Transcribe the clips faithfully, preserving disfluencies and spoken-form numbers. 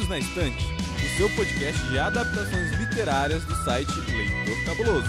Perdidos na Estante, o seu podcast de adaptações literárias do site Leitor Cabuloso.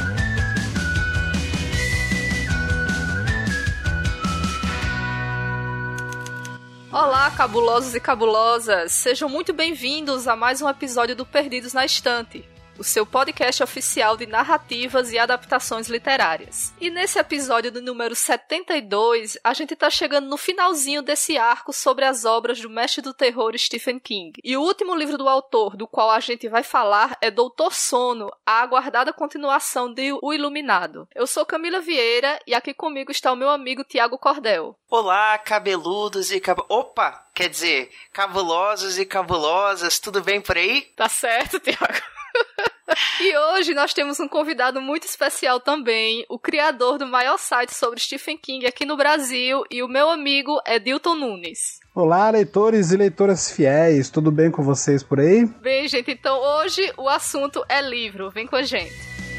Olá, cabulosos e cabulosas! Sejam muito bem-vindos a mais um episódio do Perdidos na Estante, o seu podcast oficial de narrativas e adaptações literárias. E nesse episódio do número setenta e dois, a gente tá chegando no finalzinho desse arco sobre as obras do mestre do terror Stephen King. E o último livro do autor, do qual a gente vai falar, é Doutor Sono, a aguardada continuação de O Iluminado. Eu sou Camila Vieira e aqui comigo está o meu amigo Tiago Cordel. Olá, cabeludos e cab... Opa! Quer dizer, cabulosos e cabulosas, tudo bem por aí? Tá certo, Tiago. E hoje nós temos um convidado muito especial também, o criador do maior site sobre Stephen King aqui no Brasil e o meu amigo Edilton Nunes. Olá, leitores e leitoras fiéis, tudo bem com vocês por aí? Bem, gente, então hoje o assunto é livro, vem com a gente.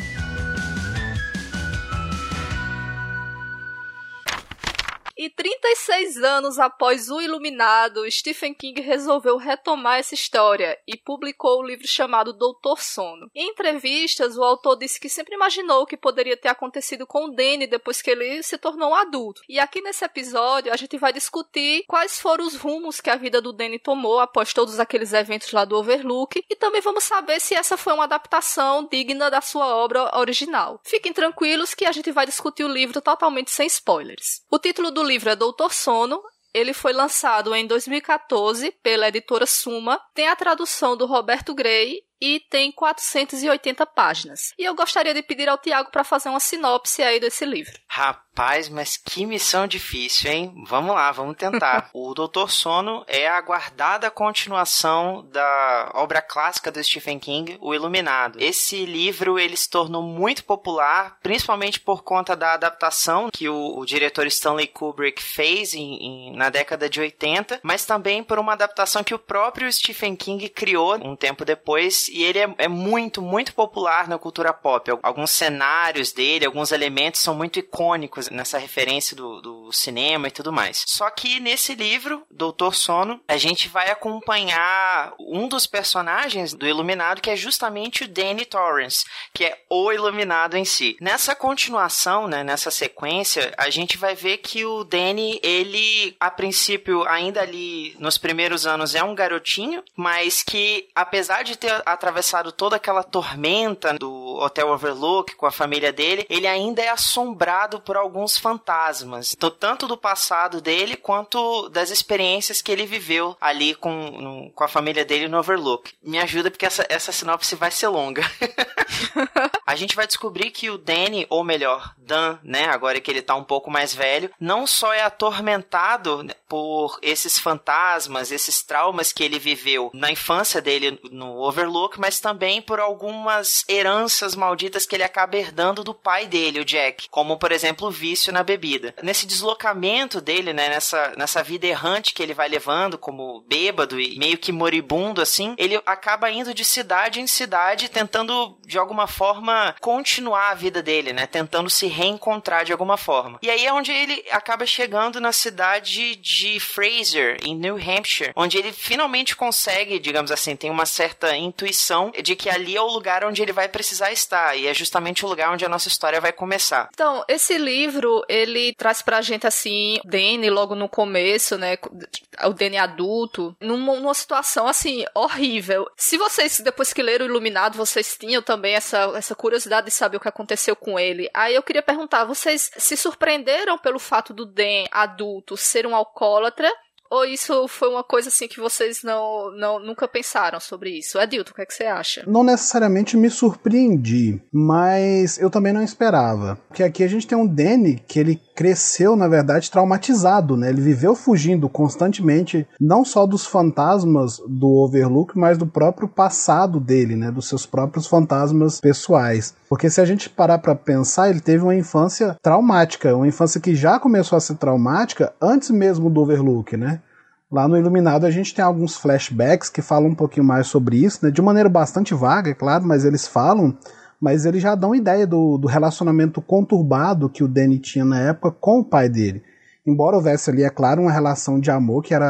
E trinta e seis anos após O Iluminado, Stephen King resolveu retomar essa história e publicou o livro chamado Doutor Sono. Em entrevistas, o autor disse que sempre imaginou o que poderia ter acontecido com o Danny depois que ele se tornou um adulto. E aqui nesse episódio, a gente vai discutir quais foram os rumos que a vida do Danny tomou após todos aqueles eventos lá do Overlook, e também vamos saber se essa foi uma adaptação digna da sua obra original. Fiquem tranquilos que a gente vai discutir o livro totalmente sem spoilers. O título do O livro é Doutor Sono. Ele foi lançado em dois mil e catorze pela editora Suma, tem a tradução do Roberto Gray e tem quatrocentas e oitenta páginas. E eu gostaria de pedir ao Tiago para fazer uma sinopse aí desse livro. Rapaz, mas que missão difícil, hein? Vamos lá, vamos tentar. O Doutor Sono é a aguardada continuação da obra clássica do Stephen King, O Iluminado. Esse livro ele se tornou muito popular, principalmente por conta da adaptação que o, o diretor Stanley Kubrick fez em, em, na década de oitenta, mas também por uma adaptação que o próprio Stephen King criou um tempo depois. E ele é, é muito, muito popular na cultura pop. Alguns cenários dele, alguns elementos são muito icônicos nessa referência do, do cinema e tudo mais. Só que nesse livro, Doutor Sono, a gente vai acompanhar um dos personagens do Iluminado, que é justamente o Danny Torrance, que é o Iluminado em si. Nessa continuação, né, nessa sequência, a gente vai ver que o Danny, ele, a princípio, ainda ali nos primeiros anos, é um garotinho, mas que, apesar de ter atravessado toda aquela tormenta do Hotel Overlook com a família dele, ele ainda é assombrado por alguns fantasmas, tanto do passado dele quanto das experiências que ele viveu ali com, no, com a família dele no Overlook. Me ajuda porque essa, essa sinopse vai ser longa. A gente vai descobrir que o Danny, ou melhor, Dan, né, agora que ele tá um pouco mais velho, não só é atormentado por esses fantasmas, esses traumas que ele viveu na infância dele no Overlook, mas também por algumas heranças malditas que ele acaba herdando do pai dele, o Jack, como, por exemplo, o vício na bebida. Nesse deslocamento dele, né, nessa, nessa vida errante que ele vai levando como bêbado e meio que moribundo, assim, ele acaba indo de cidade em cidade, tentando, de alguma forma, continuar a vida dele, né, tentando se reencontrar de alguma forma. E aí é onde ele acaba chegando na cidade de Fraser, em New Hampshire, onde ele finalmente consegue, digamos assim, tem uma certa intuição de que ali é o lugar onde ele vai precisar estar, e é justamente o lugar onde a nossa história vai começar. Então, esse livro, ele traz pra gente, assim, o Danny logo no começo, né, o Danny adulto, numa, numa situação, assim, horrível. Se vocês, depois que leram o Iluminado, vocês tinham também essa, essa curiosidade de saber o que aconteceu com ele, aí eu queria perguntar, vocês se surpreenderam pelo fato do Dan adulto ser um alcoólatra? Ou isso foi uma coisa assim que vocês não, não, nunca pensaram sobre isso? Edilton, o que é que você acha? Não necessariamente me surpreendi, mas eu também não esperava. Porque aqui a gente tem um Danny que ele cresceu, na verdade, traumatizado, né? Ele viveu fugindo constantemente, não só dos fantasmas do Overlook, mas do próprio passado dele, né? Dos seus próprios fantasmas pessoais. Porque se a gente parar pra pensar, ele teve uma infância traumática, uma infância que já começou a ser traumática antes mesmo do Overlook, né? Lá no Iluminado a gente tem alguns flashbacks que falam um pouquinho mais sobre isso, né? De maneira bastante vaga, é claro, mas eles falam, mas eles já dão ideia do, do relacionamento conturbado que o Danny tinha na época com o pai dele. Embora houvesse ali, é claro, uma relação de amor que era,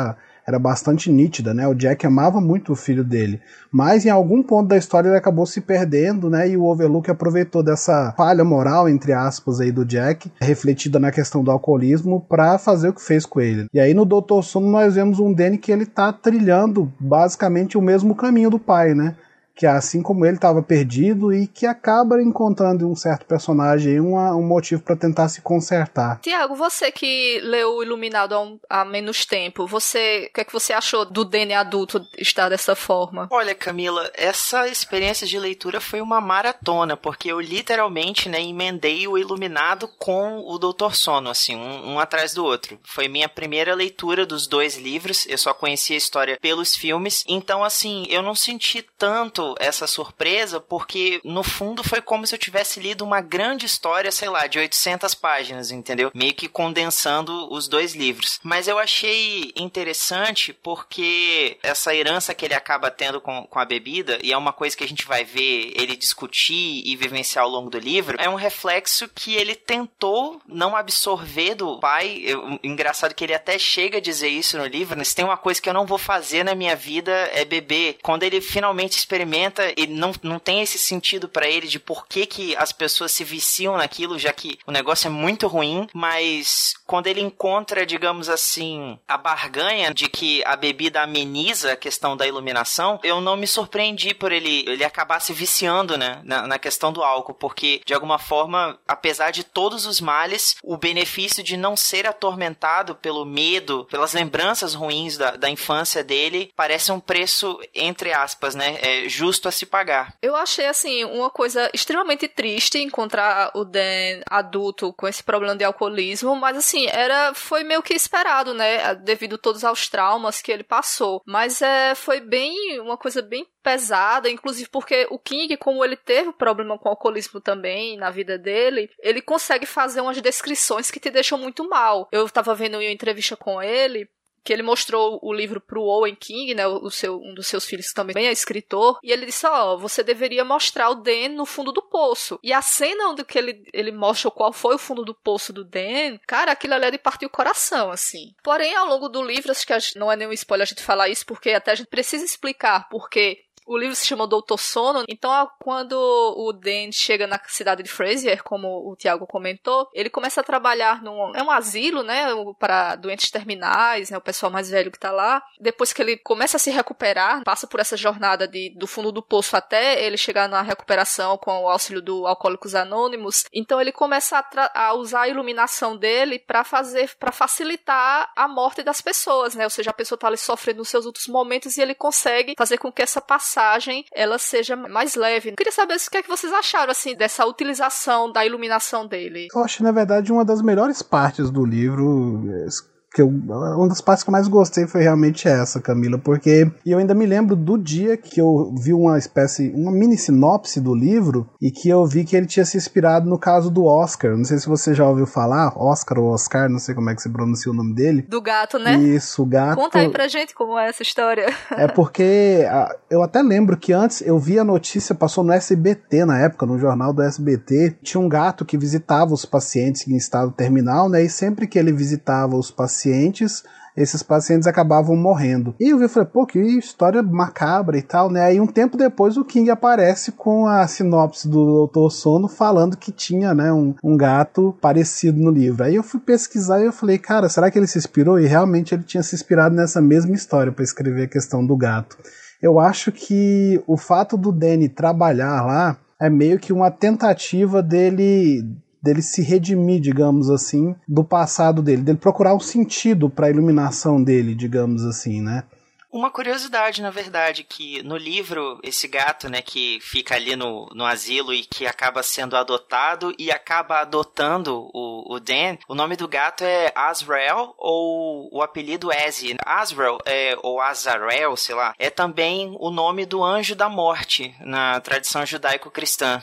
era bastante nítida, né? O Jack amava muito o filho dele, mas em algum ponto da história ele acabou se perdendo, né? E o Overlook aproveitou dessa falha moral, entre aspas, aí do Jack, refletida na questão do alcoolismo, para fazer o que fez com ele. E aí no doutor Sono nós vemos um Danny que ele tá trilhando basicamente o mesmo caminho do pai, né? Que assim como ele estava perdido e que acaba encontrando um certo personagem um, um motivo para tentar se consertar. Tiago, você que leu o Iluminado há, um, há menos tempo, você, o que é que você achou do Danny adulto estar dessa forma? Olha, Camila, essa experiência de leitura foi uma maratona, porque eu literalmente, né, emendei o Iluminado com o doutor Sono, assim, um, um atrás do outro. Foi minha primeira leitura dos dois livros, eu só conhecia a história pelos filmes, então, assim, eu não senti tanto essa surpresa, porque no fundo foi como se eu tivesse lido uma grande história, sei lá, de oitocentas páginas, entendeu? Meio que condensando os dois livros. Mas eu achei interessante porque essa herança que ele acaba tendo com, com a bebida, e é uma coisa que a gente vai ver ele discutir e vivenciar ao longo do livro, é um reflexo que ele tentou não absorver do pai. Eu, engraçado que ele até chega a dizer isso no livro, né? Se tem uma coisa que eu não vou fazer na minha vida é beber. Quando ele finalmente experimenta, ele não, não tem esse sentido pra ele de por que, que as pessoas se viciam naquilo, já que o negócio é muito ruim, mas quando ele encontra, digamos assim, a barganha de que a bebida ameniza a questão da iluminação, eu não me surpreendi por ele, ele acabar se viciando, né, na, na questão do álcool, porque de alguma forma, apesar de todos os males, o benefício de não ser atormentado pelo medo, pelas lembranças ruins da, da infância dele, parece um preço, entre aspas, né, é, justo a se pagar. Eu achei, assim, uma coisa extremamente triste encontrar o Dan adulto com esse problema de alcoolismo, mas, assim, era, foi meio que esperado, né, devido todos aos traumas que ele passou. Mas é, foi bem, uma coisa bem pesada, inclusive porque o King, como ele teve problema com o alcoolismo também na vida dele, ele consegue fazer umas descrições que te deixam muito mal. Eu tava vendo uma entrevista com ele, que ele mostrou o livro pro Owen King, né, o seu, um dos seus filhos que também é escritor, e ele disse, ó, oh, você deveria mostrar o Dan no fundo do poço. E a cena onde que ele, ele mostra qual foi o fundo do poço do Dan, cara, aquilo ali é de partir o coração, assim. Porém, ao longo do livro, acho que a gente, não é nenhum spoiler a gente falar isso, porque até a gente precisa explicar porque o livro se chama Doutor Sono, então quando o Dan chega na cidade de Frasier, como o Tiago comentou, ele começa a trabalhar num é um asilo, né, para doentes terminais, né, o pessoal mais velho que tá lá. Depois que ele começa a se recuperar, passa por essa jornada de, do fundo do poço até ele chegar na recuperação com o auxílio do Alcoólicos Anônimos, então ele começa a, a usar a iluminação dele para fazer, para facilitar a morte das pessoas, né, ou seja, a pessoa tá ali sofrendo nos seus últimos momentos e ele consegue fazer com que essa passagem ela seja mais leve. Eu queria saber o que é que vocês acharam, assim, dessa utilização da iluminação dele. Eu acho, na verdade, uma das melhores partes do livro, que eu, uma das partes que eu mais gostei foi realmente essa, Camila, porque eu ainda me lembro do dia que eu vi uma espécie, uma mini sinopse do livro, e que eu vi que ele tinha se inspirado no caso do Oscar. Não sei se você já ouviu falar, Oscar ou Oscar, não sei como é que se pronuncia o nome dele. Do gato, né? Isso, o gato. Conta aí pra gente como é essa história. É porque eu até lembro que antes eu vi a notícia, passou no S B T na época, no jornal do S B T, tinha um gato que visitava os pacientes em estado terminal, né, e sempre que ele visitava os pacientes, esses pacientes acabavam morrendo. E eu vi e falei, pô, que história macabra e tal, né? Aí um tempo depois o King aparece com a sinopse do doutor Sono falando que tinha, né, um, um gato parecido no livro. Aí eu fui pesquisar e eu falei, cara, será que ele se inspirou? E realmente ele tinha se inspirado nessa mesma história para escrever a questão do gato. Eu acho que o fato do Danny trabalhar lá é meio que uma tentativa dele... dele se redimir, digamos assim, do passado dele, dele procurar um sentido para a iluminação dele, digamos assim, né? Uma curiosidade, na verdade, que no livro, esse gato, né, que fica ali no, no asilo e que acaba sendo adotado e acaba adotando o, o Dan, o nome do gato é Azrael ou o apelido Ezi. Azrael, é, ou Azarel, sei lá, é também o nome do anjo da morte na tradição judaico-cristã.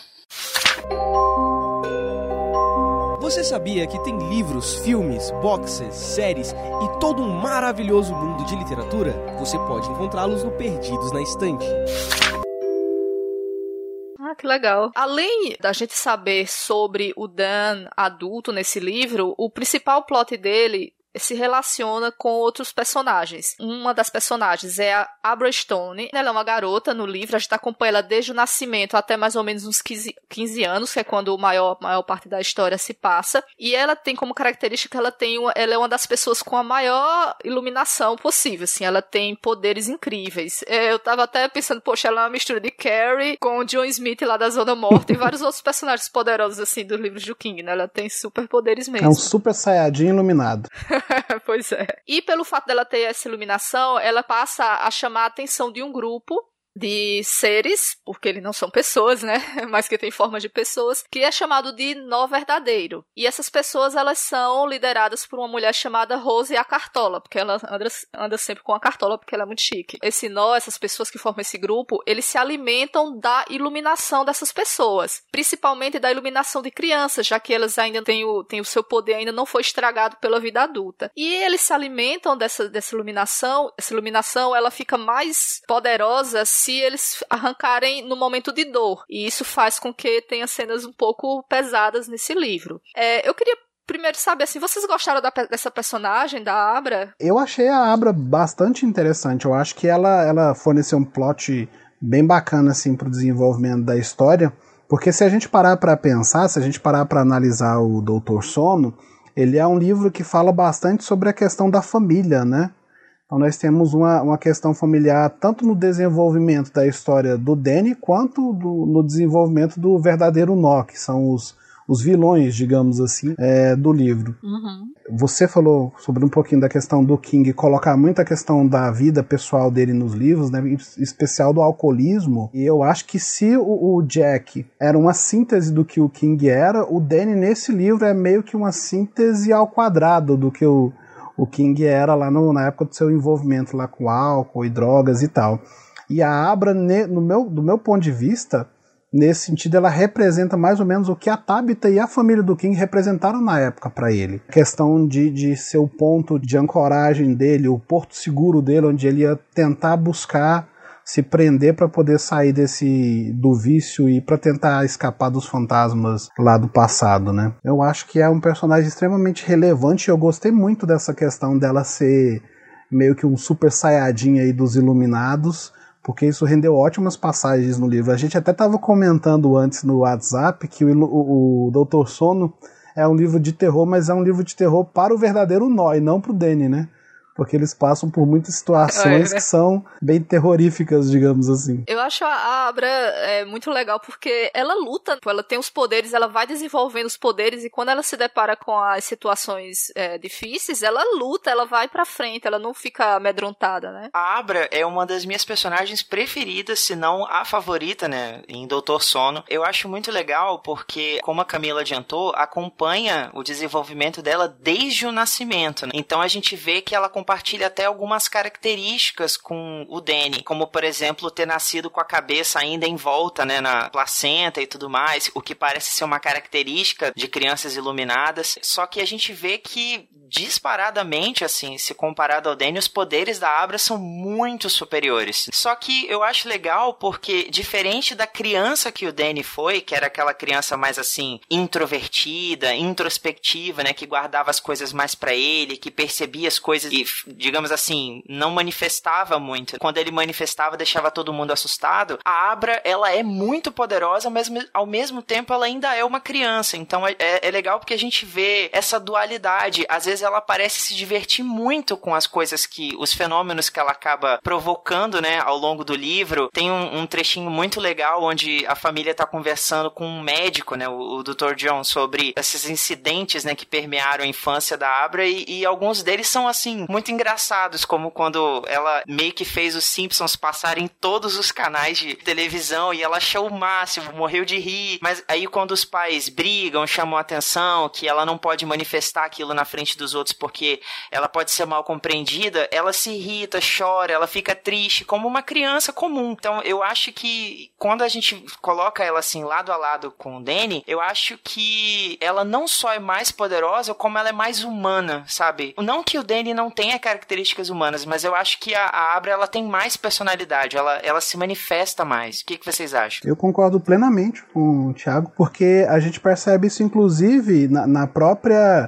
Você sabia que tem livros, filmes, boxes, séries e todo um maravilhoso mundo de literatura? Você pode encontrá-los no Perdidos na Estante. Ah, que legal. Além da gente saber sobre o Dan adulto nesse livro, o principal plot dele se relaciona com outros personagens. Uma das personagens é a Abra Stone. Ela é uma garota no livro, a gente acompanha ela desde o nascimento até mais ou menos uns quinze, quinze anos, que é quando a maior, maior parte da história se passa. E ela tem como característica que ela, tem uma, ela é uma das pessoas com a maior iluminação possível. Assim, ela tem poderes incríveis. É, eu tava até pensando, poxa, ela é uma mistura de Carrie com o John Smith lá da Zona Morta e vários outros personagens poderosos assim dos livros do King, né? Ela tem super poderes mesmo. É um super saiyajin iluminado. Pois é. E pelo fato dela ter essa iluminação, ela passa a chamar a atenção de um grupo de seres, porque eles não são pessoas, né, mas que tem forma de pessoas, que é chamado de Nó Verdadeiro. E essas pessoas, elas são lideradas por uma mulher chamada Rose a Cartola, porque ela anda, anda sempre com a Cartola, porque ela é muito chique. Esse Nó, essas pessoas que formam esse grupo, eles se alimentam da iluminação dessas pessoas, principalmente da iluminação de crianças, já que elas ainda têm o, têm o seu poder, ainda não foi estragado pela vida adulta. E eles se alimentam dessa, dessa iluminação, essa iluminação, ela fica mais poderosa se eles arrancarem no momento de dor. E isso faz com que tenha cenas um pouco pesadas nesse livro. É, eu queria primeiro saber, assim, vocês gostaram da, dessa personagem, da Abra? Eu achei a Abra bastante interessante. Eu acho que ela, ela forneceu um plot bem bacana, assim, pro desenvolvimento da história. Porque se a gente parar para pensar, se a gente parar para analisar o Doutor Sono, ele é um livro que fala bastante sobre a questão da família, né? Então nós temos uma, uma questão familiar tanto no desenvolvimento da história do Danny quanto do, no desenvolvimento do verdadeiro Nó, que são os, os vilões, digamos assim, é, do livro. Uhum. Você falou sobre um pouquinho da questão do King colocar muita questão da vida pessoal dele nos livros, né, em especial do alcoolismo, e eu acho que se o, o Jack era uma síntese do que o King era, o Danny nesse livro é meio que uma síntese ao quadrado do que o o King era lá no, na época do seu envolvimento lá com álcool e drogas e tal. E a Abra, ne, no meu, do meu ponto de vista, nesse sentido, ela representa mais ou menos o que a Tabitha e a família do King representaram na época para ele. A questão de, de ser o ponto de ancoragem dele, o porto seguro dele, onde ele ia tentar buscar se prender para poder sair desse do vício e para tentar escapar dos fantasmas lá do passado, né? Eu acho que é um personagem extremamente relevante e eu gostei muito dessa questão dela ser meio que um super saiyajin aí dos Iluminados, porque isso rendeu ótimas passagens no livro. A gente até estava comentando antes no WhatsApp que o, o, o Doutor Sono é um livro de terror, mas é um livro de terror para o verdadeiro Nó e não para o Danny, né? Porque eles passam por muitas situações é, né? que são bem terroríficas, digamos assim. Eu acho a Abra é, muito legal porque ela luta, ela tem os poderes, ela vai desenvolvendo os poderes e quando ela se depara com as situações é, difíceis, ela luta, ela vai pra frente, ela não fica amedrontada, né? A Abra é uma das minhas personagens preferidas, se não a favorita, né, em Doutor Sono. Eu acho muito legal porque, como a Camila adiantou, acompanha o desenvolvimento dela desde o nascimento, né? Então a gente vê que ela compartilha até algumas características com o Danny, como por exemplo ter nascido com a cabeça ainda em volta, né, na placenta e tudo mais, o que parece ser uma característica de crianças iluminadas, só que a gente vê que disparadamente, assim, se comparado ao Danny, os poderes da Abra são muito superiores. Só que eu acho legal porque, diferente da criança que o Danny foi, que era aquela criança mais assim, introvertida, introspectiva, né, que guardava as coisas mais pra ele, que percebia as coisas e, digamos assim, não manifestava muito. Quando ele manifestava, deixava todo mundo assustado. A Abra, ela é muito poderosa, mas ao mesmo tempo ela ainda é uma criança. Então é, é legal porque a gente vê essa dualidade. Às vezes ela parece se divertir muito com as coisas que, os fenômenos que ela acaba provocando, né, ao longo do livro. Tem um, um trechinho muito legal onde a família tá conversando com um médico, né, o, o doutor John, sobre esses incidentes, né, que permearam a infância da Abra e, e alguns deles são, assim, muito engraçados, como quando ela meio que fez os Simpsons passarem em todos os canais de televisão e ela achou o máximo, morreu de rir. Mas aí quando os pais brigam, chamam a atenção que ela não pode manifestar aquilo na frente dos outros porque ela pode ser mal compreendida, ela se irrita, chora, ela fica triste, como uma criança comum. Então eu acho que quando a gente coloca ela assim lado a lado com o Danny, eu acho que ela não só é mais poderosa, como ela é mais humana, sabe? Não que o Danny não tenha características humanas, mas eu acho que a, a Abra ela tem mais personalidade, ela, ela se manifesta mais. O que, que vocês acham? Eu concordo plenamente com o Thiago, porque a gente percebe isso inclusive na, na própria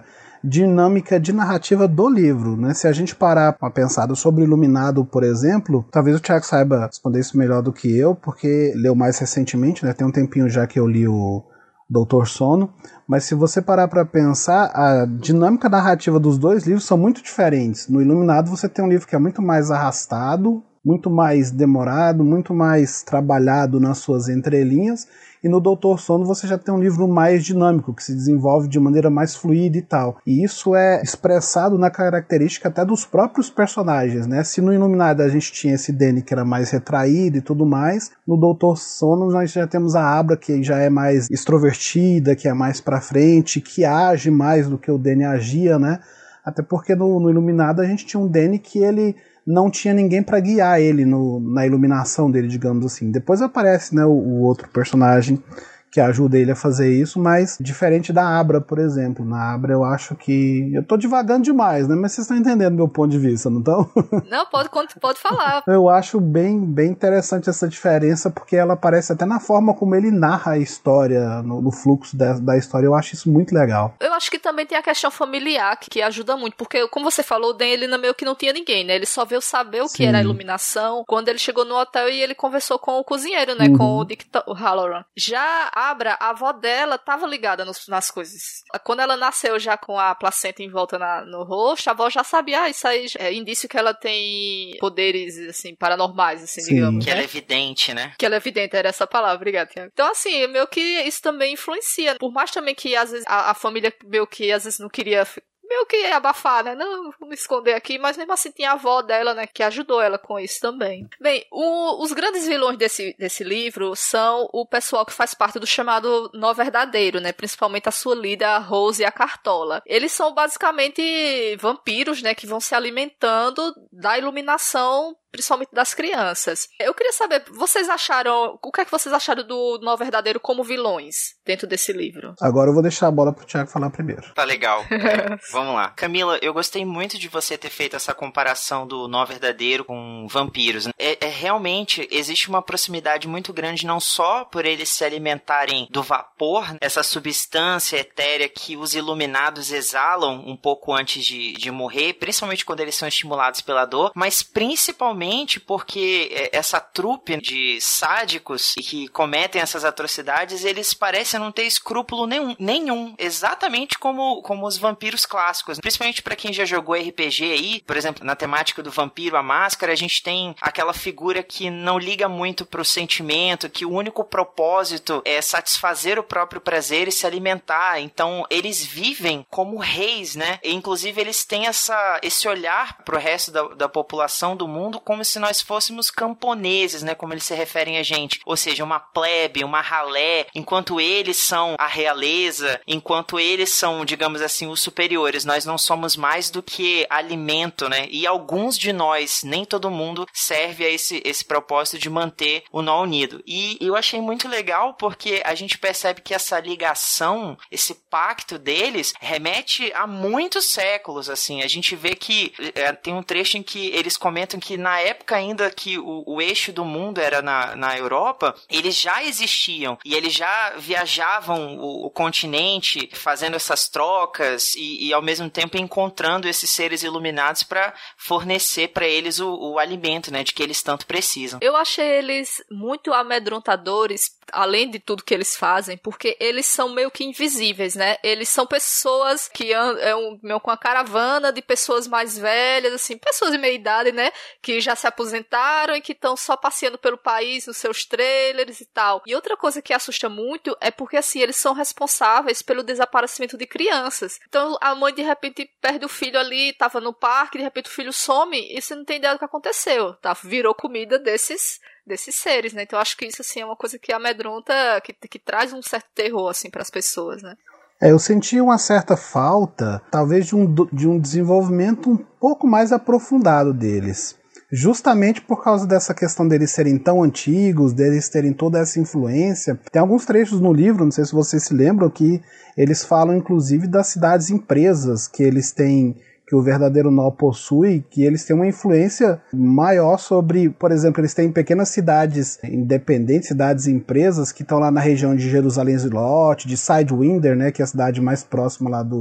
dinâmica de narrativa do livro, né? Se a gente parar para pensar sobre o Iluminado, por exemplo, talvez o Thiago saiba responder isso melhor do que eu, porque leu mais recentemente, né? Tem um tempinho já que eu li o Doutor Sono, mas se você parar para pensar, a dinâmica narrativa dos dois livros são muito diferentes. No Iluminado você tem um livro que é muito mais arrastado, muito mais demorado, muito mais trabalhado nas suas entrelinhas, e no Doutor Sono você já tem um livro mais dinâmico, que se desenvolve de maneira mais fluida e tal. E isso é expressado na característica até dos próprios personagens, né? Se no Iluminado a gente tinha esse Danny que era mais retraído e tudo mais, no Doutor Sono nós já temos a Abra, que já é mais extrovertida, que é mais pra frente, que age mais do que o Danny agia, né? Até porque no, no Iluminado a gente tinha um Danny que ele não tinha ninguém para guiar ele no, na iluminação dele, digamos assim. Depois aparece, né, o, o outro personagem que ajuda ele a fazer isso, mas diferente da Abra, por exemplo. Na Abra eu acho que... Eu tô divagando demais, né? Mas vocês estão entendendo meu ponto de vista, não estão? Não, pode, pode falar. Eu acho bem, bem interessante essa diferença, porque ela aparece até na forma como ele narra a história, no, no fluxo da, da história. Eu acho isso muito legal. Eu acho que também tem a questão familiar, que, que ajuda muito, porque, como você falou, o Dan, ele meio que não tinha ninguém, né? Ele só veio saber o Sim. que era a iluminação quando ele chegou no hotel e ele conversou com o cozinheiro, né? Uhum. Com o Dick Halloran. Já Abra, a avó dela tava ligada nos, nas coisas. Quando ela nasceu já com a placenta em volta na, no rosto, a avó já sabia, ah, isso aí é indício que ela tem poderes, assim, paranormais, assim, Sim. digamos. Que né? ela é evidente, né? Que ela é evidente, era essa palavra, obrigada, Tiago. Então, assim, meio que isso também influencia. Por mais também que, às vezes, a, a família meio que, às vezes, não queria... meio que abafar, né? Não, vou me esconder aqui, mas mesmo assim tinha a avó dela, né? Que ajudou ela com isso também. Bem, o, os grandes vilões desse, desse livro são o pessoal que faz parte do chamado Nó Verdadeiro, né? Principalmente a sua líder, a Rose e a Cartola. Eles são basicamente vampiros, né? Que vão se alimentando da iluminação, principalmente das crianças. Eu queria saber, vocês acharam... O que é que vocês acharam do Nó Verdadeiro como vilões dentro desse livro? Agora eu vou deixar a bola pro Thiago falar primeiro. Tá legal. É, vamos lá. Camila, eu gostei muito de você ter feito essa comparação do Nó Verdadeiro com vampiros. É, é realmente, existe uma proximidade muito grande, não só por eles se alimentarem do vapor, essa substância etérea que os iluminados exalam um pouco antes de, de morrer, principalmente quando eles são estimulados pela dor, mas principalmente porque essa trupe de sádicos que cometem essas atrocidades, eles parecem não ter escrúpulo nenhum, nenhum exatamente como, como os vampiros clássicos. Principalmente para quem já jogou R P G aí, por exemplo, na temática do vampiro, a máscara, a gente tem aquela figura que não liga muito pro sentimento, que o único propósito é satisfazer o próprio prazer e se alimentar. Então, eles vivem como reis, né? E, inclusive, eles têm essa, esse olhar pro resto da, da população do mundo como se nós fôssemos camponeses, né? Como eles se referem a gente. Ou seja, uma plebe, uma ralé, enquanto eles são a realeza, enquanto eles são, digamos assim, os superiores. Nós não somos mais do que alimento, né? E alguns de nós, nem todo mundo, serve a esse, esse propósito de manter o nó unido. E eu achei muito legal porque a gente percebe que essa ligação, esse pacto deles, remete a muitos séculos, assim. A gente vê que é, tem um trecho em que eles comentam que na época ainda que o, o eixo do mundo era na, na Europa, eles já existiam e eles já viajavam o, o continente fazendo essas trocas e, e ao mesmo tempo encontrando esses seres iluminados para fornecer para eles o, o alimento, né, de que eles tanto precisam. Eu achei eles muito amedrontadores, além de tudo que eles fazem, porque eles são meio que invisíveis, né? Eles são pessoas que andam é um, meio com uma caravana de pessoas mais velhas, assim, pessoas de meia idade, né? Que já se aposentaram e que estão só passeando pelo país nos seus trailers e tal. E outra coisa que assusta muito é porque, assim, eles são responsáveis pelo desaparecimento de crianças. Então, a mãe, de repente, perde o filho ali, tava no parque, de repente o filho some e você não tem ideia do que aconteceu, tá? Virou comida desses... desses seres, né? Então eu acho que isso, assim, é uma coisa que amedronta, que, que traz um certo terror, assim, para as pessoas, né? É, eu senti uma certa falta, talvez, de um, de um desenvolvimento um pouco mais aprofundado deles. Justamente por causa dessa questão deles serem tão antigos, deles terem toda essa influência. Tem alguns trechos no livro, não sei se vocês se lembram, que eles falam, inclusive, das cidades empresas que eles têm... que o verdadeiro nó possui, que eles têm uma influência maior sobre, por exemplo, eles têm pequenas cidades independentes, cidades e empresas que estão lá na região de Jerusalém Zilot, de Sidewinder, né, que é a cidade mais próxima lá do,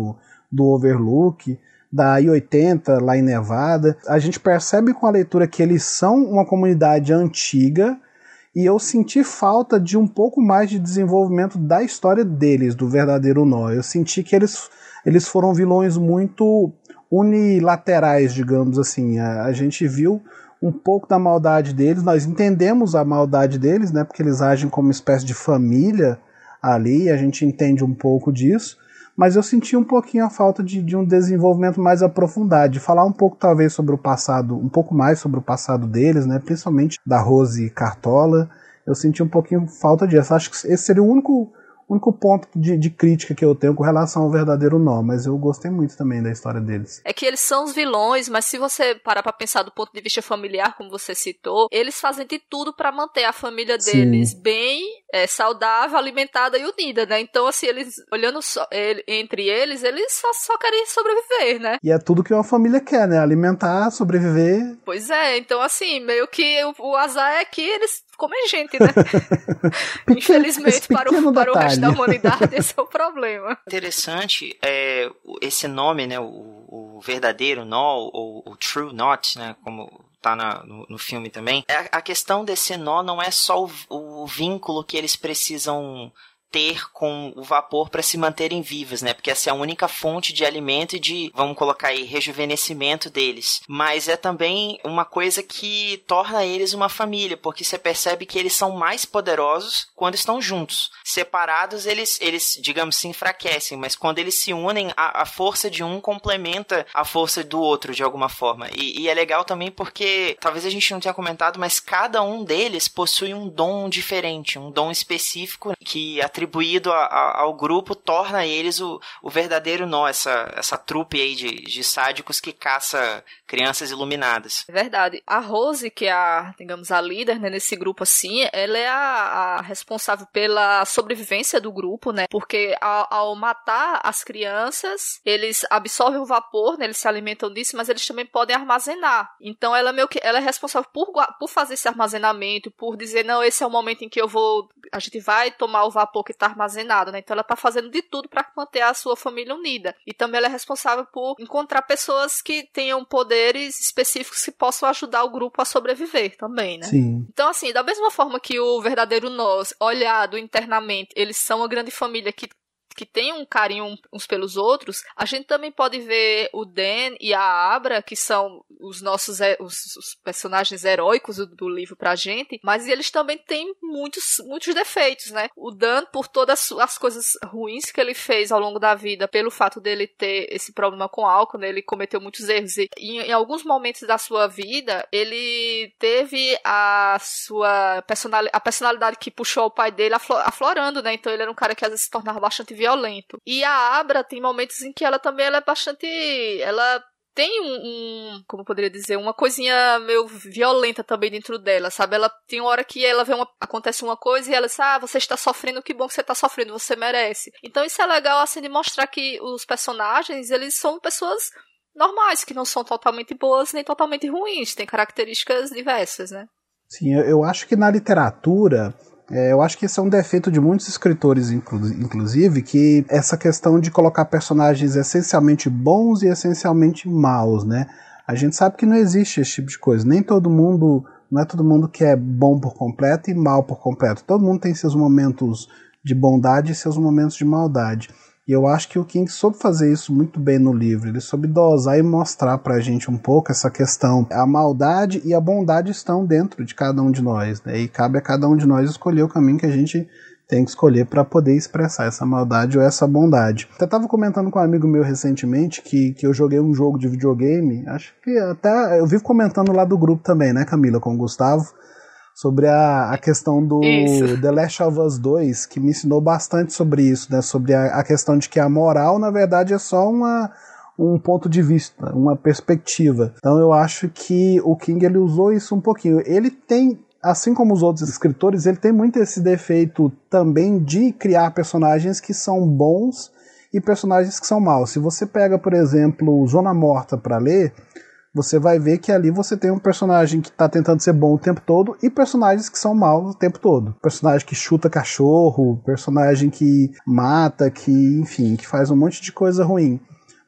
do Overlook, da I oitenta lá em Nevada. A gente percebe com a leitura que eles são uma comunidade antiga, e eu senti falta de um pouco mais de desenvolvimento da história deles, do verdadeiro nó. Eu senti que eles, eles foram vilões muito unilaterais, digamos assim. A, a gente viu um pouco da maldade deles, nós entendemos a maldade deles, né, porque eles agem como uma espécie de família ali, a gente entende um pouco disso, mas eu senti um pouquinho a falta de, de um desenvolvimento mais aprofundado, de falar um pouco talvez sobre o passado, um pouco mais sobre o passado deles, né, principalmente da Rose Cartola. Eu senti um pouquinho falta disso. Acho que esse seria o único, único ponto de, de crítica que eu tenho com relação ao verdadeiro nó, mas eu gostei muito também da história deles. É que eles são os vilões, mas se você parar pra pensar do ponto de vista familiar, como você citou, eles fazem de tudo pra manter a família deles Sim. bem é, saudável, alimentada e unida, né? Então, assim, eles, olhando só, ele, entre eles, eles só, só querem sobreviver, né? E é tudo que uma família quer, né? Alimentar, sobreviver. Pois é, então, assim, meio que o, o azar é que eles comem gente, né? Pequeno, Infelizmente, para, o, para o resto da humanidade, esse é o problema. Interessante é esse nome, né? O, o verdadeiro nó, ou o true knot, né? Como tá na, no, no filme também. A, a questão desse nó não é só o, o vínculo que eles precisam ter com o vapor para se manterem vivos, né? Porque essa é a única fonte de alimento e de, vamos colocar aí, rejuvenescimento deles. Mas é também uma coisa que torna eles uma família, porque você percebe que eles são mais poderosos quando estão juntos. Separados, eles, eles digamos, se enfraquecem, mas quando eles se unem, a, a força de um complementa a força do outro, de alguma forma. E, e é legal também porque, talvez a gente não tenha comentado, mas cada um deles possui um dom diferente, um dom específico que atribui atribuído a, a, ao grupo, torna eles o, o verdadeiro nó, essa, essa trupe aí de, de sádicos que caça crianças iluminadas. É verdade. A Rose, que é a, digamos, a líder, né, nesse grupo assim, ela é a, a responsável pela sobrevivência do grupo, né, porque ao, ao matar as crianças, eles absorvem o vapor, né, eles se alimentam disso, mas eles também podem armazenar. Então ela, meio que, ela é responsável por, por fazer esse armazenamento, por dizer, não, esse é o momento em que eu vou, a gente vai tomar o vapor que está armazenado, né? Então ela está fazendo de tudo para manter a sua família unida. E também ela é responsável por encontrar pessoas que tenham poderes específicos que possam ajudar o grupo a sobreviver também, né? Sim. Então, assim, da mesma forma que o verdadeiro nós, olhado internamente, eles são uma grande família que que tem um carinho uns pelos outros, a gente também pode ver o Dan e a Abra, que são os nossos os, os personagens heróicos do, do livro pra gente, mas eles também têm muitos, muitos defeitos, né? O Dan, por todas as coisas ruins que ele fez ao longo da vida, pelo fato dele ter esse problema com álcool, né? Ele cometeu muitos erros e em, em alguns momentos da sua vida, ele teve a sua personalidade, a personalidade que puxou o pai dele aflorando, né? Então ele era um cara que às vezes se tornava bastante violento. violento. E a Abra tem momentos em que ela também ela é bastante... Ela tem um, um... Como eu poderia dizer? Uma coisinha meio violenta também dentro dela, sabe? Ela tem uma hora que ela vê uma... Acontece uma coisa e ela diz, ah, você está sofrendo, que bom que você está sofrendo, você merece. Então isso é legal, assim, de mostrar que os personagens, eles são pessoas normais, que não são totalmente boas nem totalmente ruins. Tem características diversas, né? Sim, eu acho que na literatura... É, eu acho que esse é um defeito de muitos escritores, inclu- inclusive, que essa questão de colocar personagens essencialmente bons e essencialmente maus, né? A gente sabe que não existe esse tipo de coisa. Nem todo mundo, não é todo mundo que é bom por completo e mal por completo. Todo mundo tem seus momentos de bondade e seus momentos de maldade. E eu acho que o King soube fazer isso muito bem no livro. Ele soube dosar e mostrar pra gente um pouco essa questão. A maldade e a bondade estão dentro de cada um de nós, né? E cabe a cada um de nós escolher o caminho que a gente tem que escolher para poder expressar essa maldade ou essa bondade. Eu estava comentando com um amigo meu recentemente que, que eu joguei um jogo de videogame. Acho que até... Eu vivo comentando lá do grupo também, né, Camila, com o Gustavo, sobre a, a questão do isso. The Last of Us dois, que me ensinou bastante sobre isso, né? Sobre a, a questão de que a moral, na verdade, é só uma, um ponto de vista, uma perspectiva. Então eu acho que o King ele usou isso um pouquinho. Ele tem, assim como os outros escritores, ele tem muito esse defeito também de criar personagens que são bons e personagens que são maus. Se você pega, por exemplo, Zona Morta para ler, você vai ver que ali você tem um personagem que está tentando ser bom o tempo todo e personagens que são maus o tempo todo. Personagem que chuta cachorro, personagem que mata, que, enfim, que faz um monte de coisa ruim.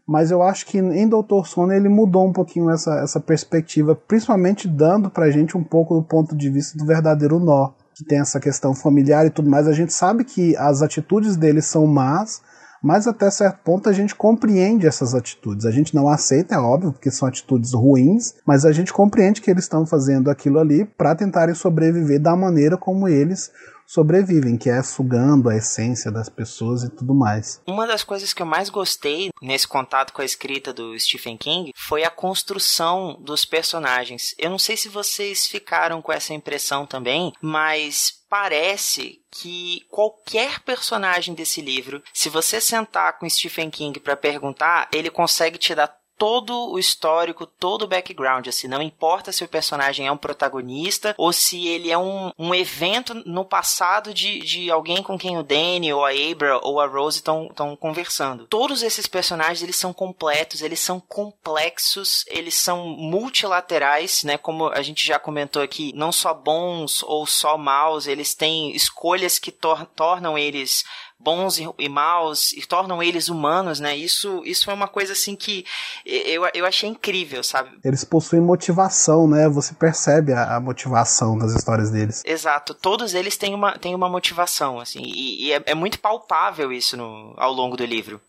mas eu acho que em Doutor Sono ele mudou um pouquinho essa, essa perspectiva, principalmente dando pra gente um pouco do ponto de vista do verdadeiro nó, que tem essa questão familiar e tudo mais. A gente sabe que as atitudes dele são más, mas até certo ponto a gente compreende essas atitudes. A gente não aceita, é óbvio, porque são atitudes ruins, mas a gente compreende que eles estão fazendo aquilo ali para tentarem sobreviver da maneira como eles sobrevivem, que é sugando a essência das pessoas e tudo mais. Uma das coisas que eu mais gostei nesse contato com a escrita do Stephen King foi a construção dos personagens. Eu não sei se vocês ficaram com essa impressão também, mas parece que qualquer personagem desse livro, se você sentar com Stephen King para perguntar, ele consegue te dar todo o histórico, todo o background, assim, não importa se o personagem é um protagonista ou se ele é um, um evento no passado de, de alguém com quem o Danny ou a Abra ou a Rose estão conversando. Todos esses personagens, eles são completos, eles são complexos, eles são multilaterais, né, como a gente já comentou aqui, não só bons ou só maus, eles têm escolhas que tor- tornam eles bons e, e maus, e tornam eles humanos, né? Isso, isso foi uma coisa, assim, que eu, eu achei incrível, sabe? Eles possuem motivação, né? Você percebe a, a motivação das histórias deles. Exato. Todos eles têm uma, têm uma motivação, assim, e, e é, é muito palpável isso no, ao longo do livro.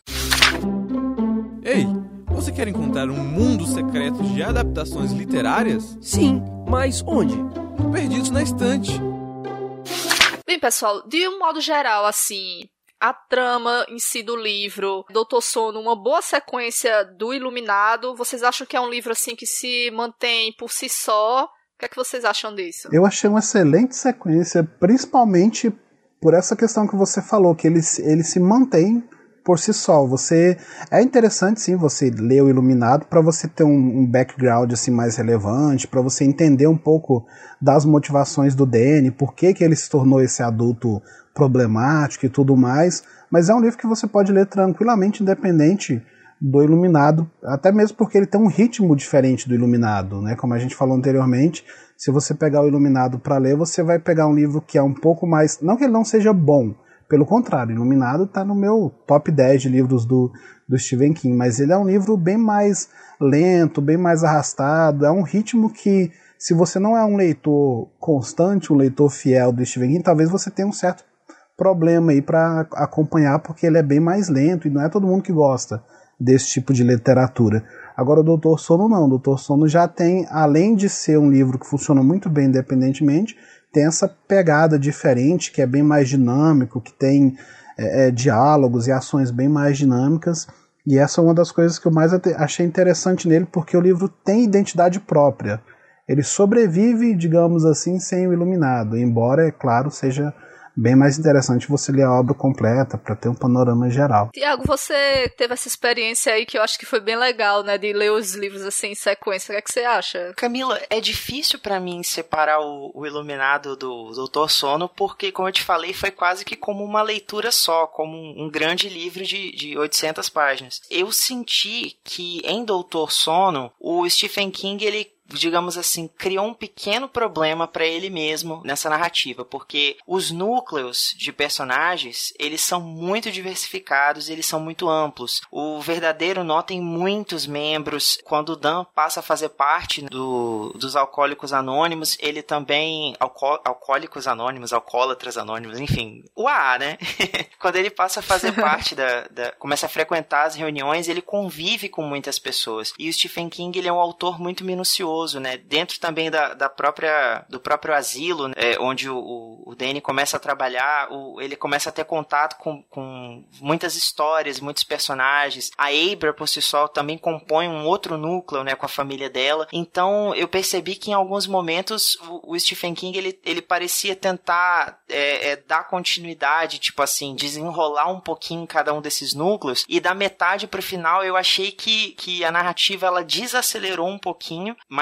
Ei, você quer encontrar um mundo secreto de adaptações literárias? Sim, mas onde? Perdidos na estante. Bem, pessoal, de um modo geral, assim, a trama em si do livro, Doutor Sono, uma boa sequência do Iluminado. Vocês acham que é um livro assim que se mantém por si só? O que é que vocês acham disso? Eu achei uma excelente sequência, principalmente por essa questão que você falou, que ele, ele se mantém por si só. Você, é interessante sim você ler o Iluminado para você ter um, um background assim, mais relevante, para você entender um pouco das motivações do Danny, por que, que ele se tornou esse adulto problemático e tudo mais, mas é um livro que você pode ler tranquilamente, independente do Iluminado, até mesmo porque ele tem um ritmo diferente do Iluminado, né? Como a gente falou anteriormente, se você pegar o Iluminado para ler, você vai pegar um livro que é um pouco mais, não que ele não seja bom, pelo contrário, Iluminado está no meu top dez de livros do, do Stephen King, mas ele é um livro bem mais lento, bem mais arrastado, é um ritmo que, se você não é um leitor constante, um leitor fiel do Stephen King, talvez você tenha um certo problema aí para acompanhar, porque ele é bem mais lento e não é todo mundo que gosta desse tipo de literatura. Agora o Doutor Sono não, o Doutor Sono já tem, além de ser um livro que funciona muito bem independentemente, tem essa pegada diferente, que é bem mais dinâmico, que tem é, é, diálogos e ações bem mais dinâmicas, e essa é uma das coisas que eu mais achei interessante nele, porque o livro tem identidade própria. Ele sobrevive, digamos assim, sem o Iluminado, embora, é claro, seja bem mais interessante você ler a obra completa para ter um panorama geral. Tiago, você teve essa experiência aí que eu acho que foi bem legal, né, de ler os livros assim em sequência. O que é que você acha? Camila, é difícil para mim separar o, o Iluminado do Doutor Sono, porque, como eu te falei, foi quase que como uma leitura só, como um, um grande livro de, de oitocentas páginas. Eu senti que em Doutor Sono, o Stephen King, ele, digamos assim, criou um pequeno problema para ele mesmo nessa narrativa, porque os núcleos de personagens, eles são muito diversificados, eles são muito amplos. O verdadeiro nó tem muitos membros. Quando o Dan passa a fazer parte do, dos Alcoólicos Anônimos, ele também... Alco, alcoólicos Anônimos, Alcoólatras Anônimos, enfim, o A A, né? Quando ele passa a fazer parte da, da... começa a frequentar as reuniões, ele convive com muitas pessoas. E o Stephen King, ele é um autor muito minucioso, né? Dentro também da, da própria, do próprio asilo, né? É, onde o, o Danny começa a trabalhar, o, ele começa a ter contato com, com muitas histórias, muitos personagens. A Abra, por si só, também compõe um outro núcleo, né, com a família dela. Então, eu percebi que em alguns momentos o, o Stephen King, ele, ele parecia tentar é, é, dar continuidade, tipo assim, desenrolar um pouquinho cada um desses núcleos, e da metade pro final eu achei que, que a narrativa ela desacelerou um pouquinho, mas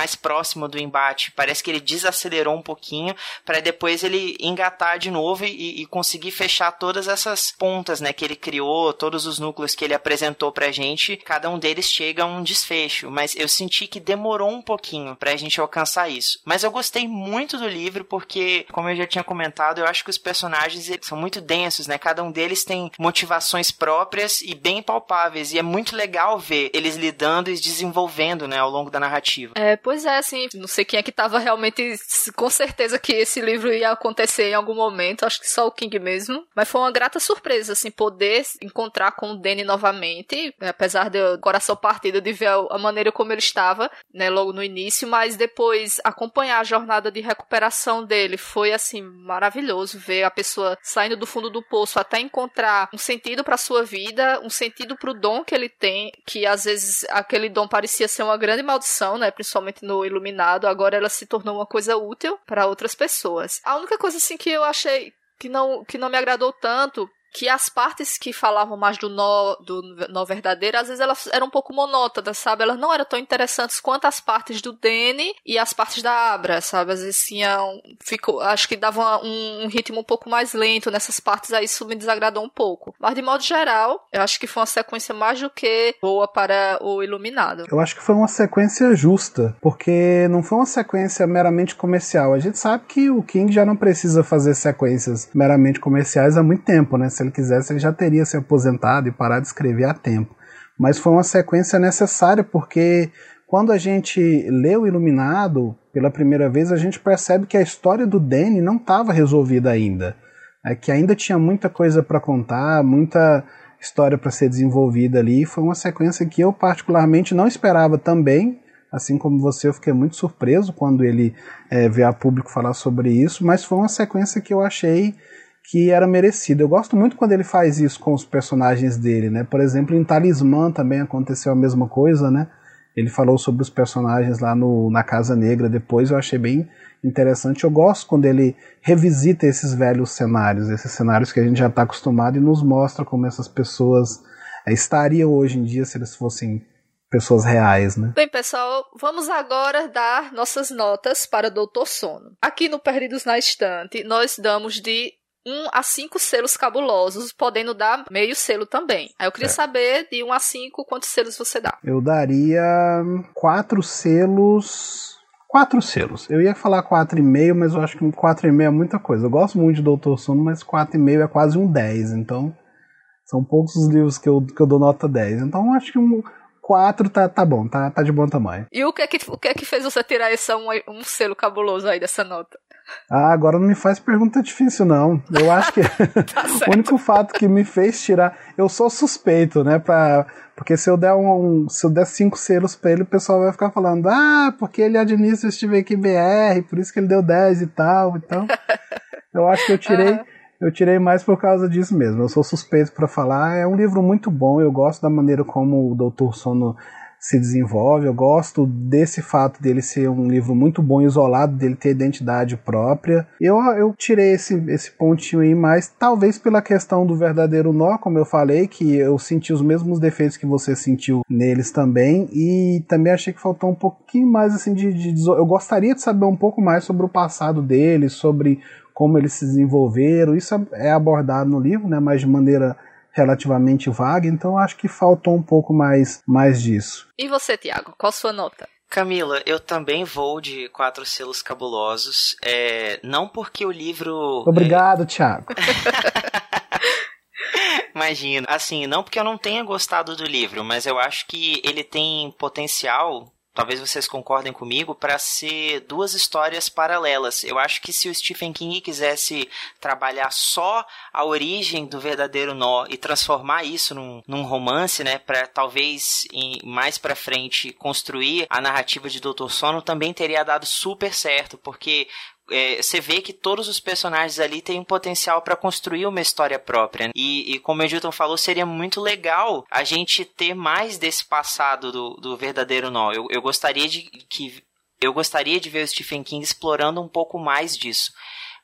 mais próximo do embate, parece que ele desacelerou um pouquinho para depois ele engatar de novo e, e conseguir fechar todas essas pontas, né, que ele criou, todos os núcleos que ele apresentou pra gente, cada um deles chega a um desfecho, mas eu senti que demorou um pouquinho pra gente alcançar isso. Mas eu gostei muito do livro porque, como eu já tinha comentado, eu acho que os personagens eles são muito densos, né, cada um deles tem motivações próprias e bem palpáveis, e é muito legal ver eles lidando e desenvolvendo, né, ao longo da narrativa. É, pois é, assim, não sei quem é que tava realmente com certeza que esse livro ia acontecer em algum momento, acho que só o King mesmo, mas foi uma grata surpresa, assim, poder encontrar com o Danny novamente, apesar de eu, coração partido de ver a maneira como ele estava, né, logo no início, mas depois acompanhar a jornada de recuperação dele foi, assim, maravilhoso, ver a pessoa saindo do fundo do poço até encontrar um sentido para sua vida, um sentido pro dom que ele tem, que às vezes aquele dom parecia ser uma grande maldição, né, principalmente no Iluminado, agora ela se tornou uma coisa útil para outras pessoas. A única coisa, assim, que eu achei que não, que não me agradou tanto, que as partes que falavam mais do nó, do nó verdadeiro, às vezes elas eram um pouco monótonas, sabe? Elas não eram tão interessantes quanto as partes do Danny e as partes da Abra, sabe? Às vezes tinham, ficou, acho que dava um, um ritmo um pouco mais lento nessas partes, aí isso me desagradou um pouco. Mas de modo geral, eu acho que foi uma sequência mais do que boa para o Iluminado. Eu acho que foi uma sequência justa, porque não foi uma sequência meramente comercial. A gente sabe que o King já não precisa fazer sequências meramente comerciais há muito tempo, né? Se ele quisesse, ele já teria se aposentado e parado de escrever há tempo. Mas foi uma sequência necessária, porque quando a gente lê o Iluminado pela primeira vez, a gente percebe que a história do Danny não estava resolvida ainda. É que ainda tinha muita coisa para contar, muita história para ser desenvolvida ali. Foi uma sequência que eu particularmente não esperava também. Assim como você, eu fiquei muito surpreso quando ele é, veio a público falar sobre isso, mas foi uma sequência que eu achei que era merecido. Eu gosto muito quando ele faz isso com os personagens dele, né? Por exemplo, em Talismã também aconteceu a mesma coisa, né? Ele falou sobre os personagens lá no, na Casa Negra depois, eu achei bem interessante. Eu gosto quando ele revisita esses velhos cenários, esses cenários que a gente já está acostumado e nos mostra como essas pessoas é, estariam hoje em dia se eles fossem pessoas reais, né? Bem, pessoal, vamos agora dar nossas notas para Doutor Sono. Aqui no Perdidos na Estante, nós damos de um a cinco selos cabulosos, podendo dar meio selo também. Aí eu queria é. saber, de um a cinco, quantos selos você dá? Eu daria quatro selos... Quatro selos. Eu ia falar quatro e meio, mas eu acho que um quatro e meio é muita coisa. Eu gosto muito de Doutor Sono, mas quatro e meio é quase um dez, então são poucos os livros que eu, que eu dou nota dez. Então eu acho que um quatro tá, tá bom, tá, tá de bom tamanho. E o que é que, o que, é que fez você tirar esse um, um selo cabuloso aí dessa nota? Ah, agora não me faz pergunta difícil, não. Eu acho que tá o único fato que me fez tirar... Eu sou suspeito, né? Pra... Porque se eu der um, um, se eu der cinco selos pra ele, o pessoal vai ficar falando, ah, porque ele administra o Steven King B R, por isso que ele deu dez e tal. Então, eu acho que eu tirei... Uhum. Eu tirei mais por causa disso mesmo. Eu sou suspeito pra falar. É um livro muito bom. Eu gosto da maneira como o Doutor Sono se desenvolve. Eu gosto desse fato dele ser um livro muito bom, isolado, dele ter identidade própria. Eu, eu tirei esse, esse pontinho aí, mas talvez pela questão do verdadeiro nó, como eu falei, que eu senti os mesmos defeitos que você sentiu neles também, e também achei que faltou um pouquinho mais assim de, de... Eu gostaria de saber um pouco mais sobre o passado deles, sobre como eles se desenvolveram. Isso é abordado no livro, né, mas de maneira relativamente vaga, então acho que faltou um pouco mais, mais disso. E você, Tiago, qual a sua nota? Camila, eu também vou de quatro selos cabulosos, é, não porque o livro... Obrigado, é... Tiago. Imagina, assim, não porque eu não tenha gostado do livro, mas eu acho que ele tem potencial... Talvez vocês concordem comigo, para ser duas histórias paralelas. Eu acho que se o Stephen King quisesse trabalhar só a origem do verdadeiro nó e transformar isso num, num romance, né, para talvez em, mais para frente construir a narrativa de Doutor Sono, também teria dado super certo, porque É, você vê que todos os personagens ali têm um potencial para construir uma história própria. E, e como o Edilton falou, seria muito legal a gente ter mais desse passado do, do verdadeiro nó. Eu, eu gostaria de que eu gostaria de ver o Stephen King explorando um pouco mais disso.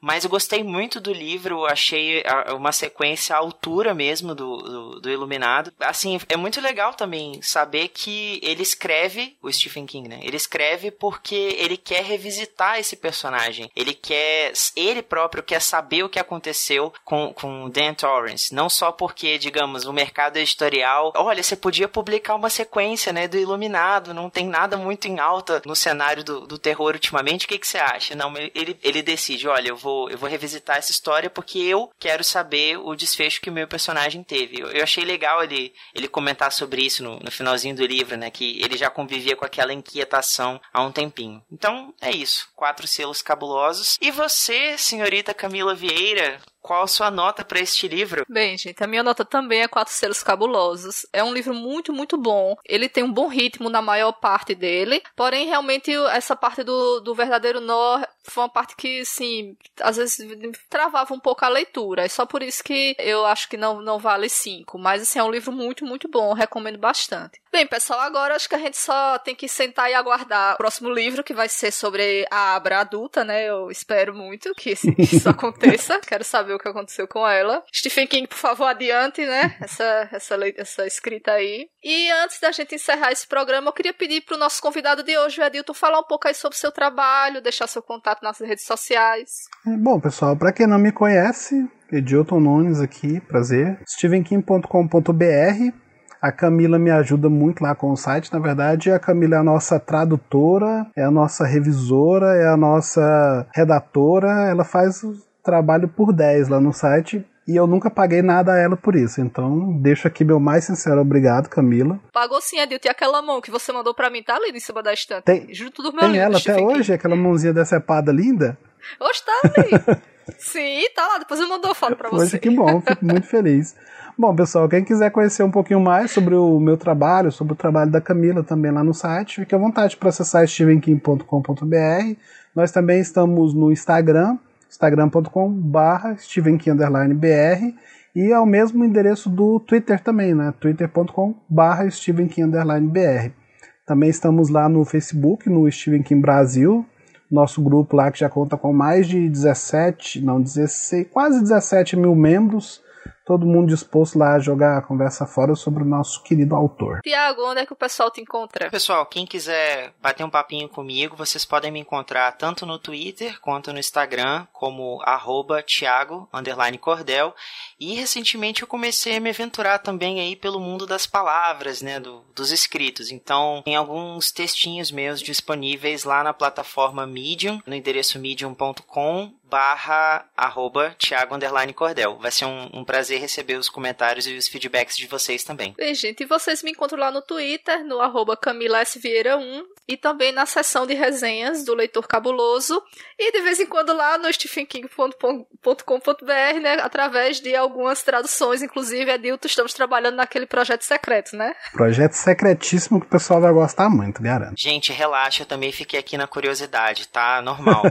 mas eu gostei muito do livro, achei uma sequência à altura mesmo do, do, do Iluminado. Assim, é muito legal também saber que ele escreve, o Stephen King, né? Ele escreve porque ele quer revisitar esse personagem. Ele quer, ele próprio quer saber o que aconteceu com, com Dan Torrance. Não só porque, digamos, o mercado editorial, olha, você podia publicar uma sequência, né, do Iluminado, não tem nada muito em alta no cenário do, do terror ultimamente, o que, que você acha? Não, ele, ele decide, olha, eu vou, eu vou revisitar essa história porque eu quero saber o desfecho que o meu personagem teve. Eu, eu achei legal ele, ele comentar sobre isso no, no finalzinho do livro, né, que ele já convivia com aquela inquietação há um tempinho. Então, é isso. Quatro selos cabulosos. E você, senhorita Camila Vieira, qual a sua nota para este livro? Bem, gente, a minha nota também é Quatro Selos Cabulosos. É um livro muito, muito bom. Ele tem um bom ritmo na maior parte dele. Porém, realmente, essa parte do, do verdadeiro nó foi uma parte que, assim, às vezes travava um pouco a leitura. É só por isso que eu acho que não, não vale cinco. Mas, assim, é um livro muito, muito bom. Recomendo bastante. Bem, pessoal, agora acho que a gente só tem que sentar e aguardar o próximo livro, que vai ser sobre a Abra adulta, né? Eu espero muito que isso aconteça. Quero saber o que aconteceu com ela. Stephen King, por favor, adiante, né? Essa, essa, essa escrita aí. E antes da gente encerrar esse programa, eu queria pedir pro nosso convidado de hoje, o Edilton, falar um pouco aí sobre o seu trabalho, deixar seu contato nas redes sociais. Bom, pessoal, para quem não me conhece, Edilton Nunes aqui, prazer. steven king ponto com ponto b r. A Camila me ajuda muito lá com o site. Na verdade, a Camila é a nossa tradutora, é a nossa revisora, é a nossa redatora. Ela faz o trabalho por dez lá no site e eu nunca paguei nada a ela por isso. Então, deixo aqui meu mais sincero obrigado, Camila. Pagou sim, Edilton. E aquela mão que você mandou pra mim tá ali em cima da estante. Tem, junto do meu tem livro, ela até hoje, King. Aquela mãozinha decepada linda? Hoje tá ali. Sim, tá lá. Depois eu mandou foto pra você. Poxa, que bom. Fico muito feliz. Bom, pessoal, quem quiser conhecer um pouquinho mais sobre o meu trabalho, sobre o trabalho da Camila também lá no site, fique à vontade para acessar steven king ponto com ponto b r. Nós também estamos no Instagram, instagram ponto com barra steven king underline b r, e é o mesmo endereço do Twitter também, né? twitter ponto com barra steven king underline b r. Também estamos lá no Facebook, no Stephen King Brasil, nosso grupo lá que já conta com mais de dezessete, não, dezesseis, quase dezessete mil membros. Todo mundo disposto lá a jogar a conversa fora sobre o nosso querido autor. Tiago, onde é que o pessoal te encontra? Pessoal, quem quiser bater um papinho comigo, vocês podem me encontrar tanto no Twitter quanto no Instagram, como arroba Thiago, underline Cordel. E recentemente eu comecei a me aventurar também aí pelo mundo das palavras, né, do, dos escritos. Então, tem alguns textinhos meus disponíveis lá na plataforma Medium, no endereço medium ponto com barra arroba Thiago underline Cordel. Vai ser um, um prazer receber os comentários e os feedbacks de vocês também. Bem, gente, e vocês me encontram lá no Twitter, no arroba Camila S. Vieira um, e também na seção de resenhas do Leitor Cabuloso, e de vez em quando lá no steven king ponto com ponto b r, né, através de algumas traduções, inclusive, Edilton, estamos trabalhando naquele projeto secreto, né? Projeto secretíssimo que o pessoal vai gostar muito, garanto. Gente, relaxa, eu também fiquei aqui na curiosidade, tá? Normal.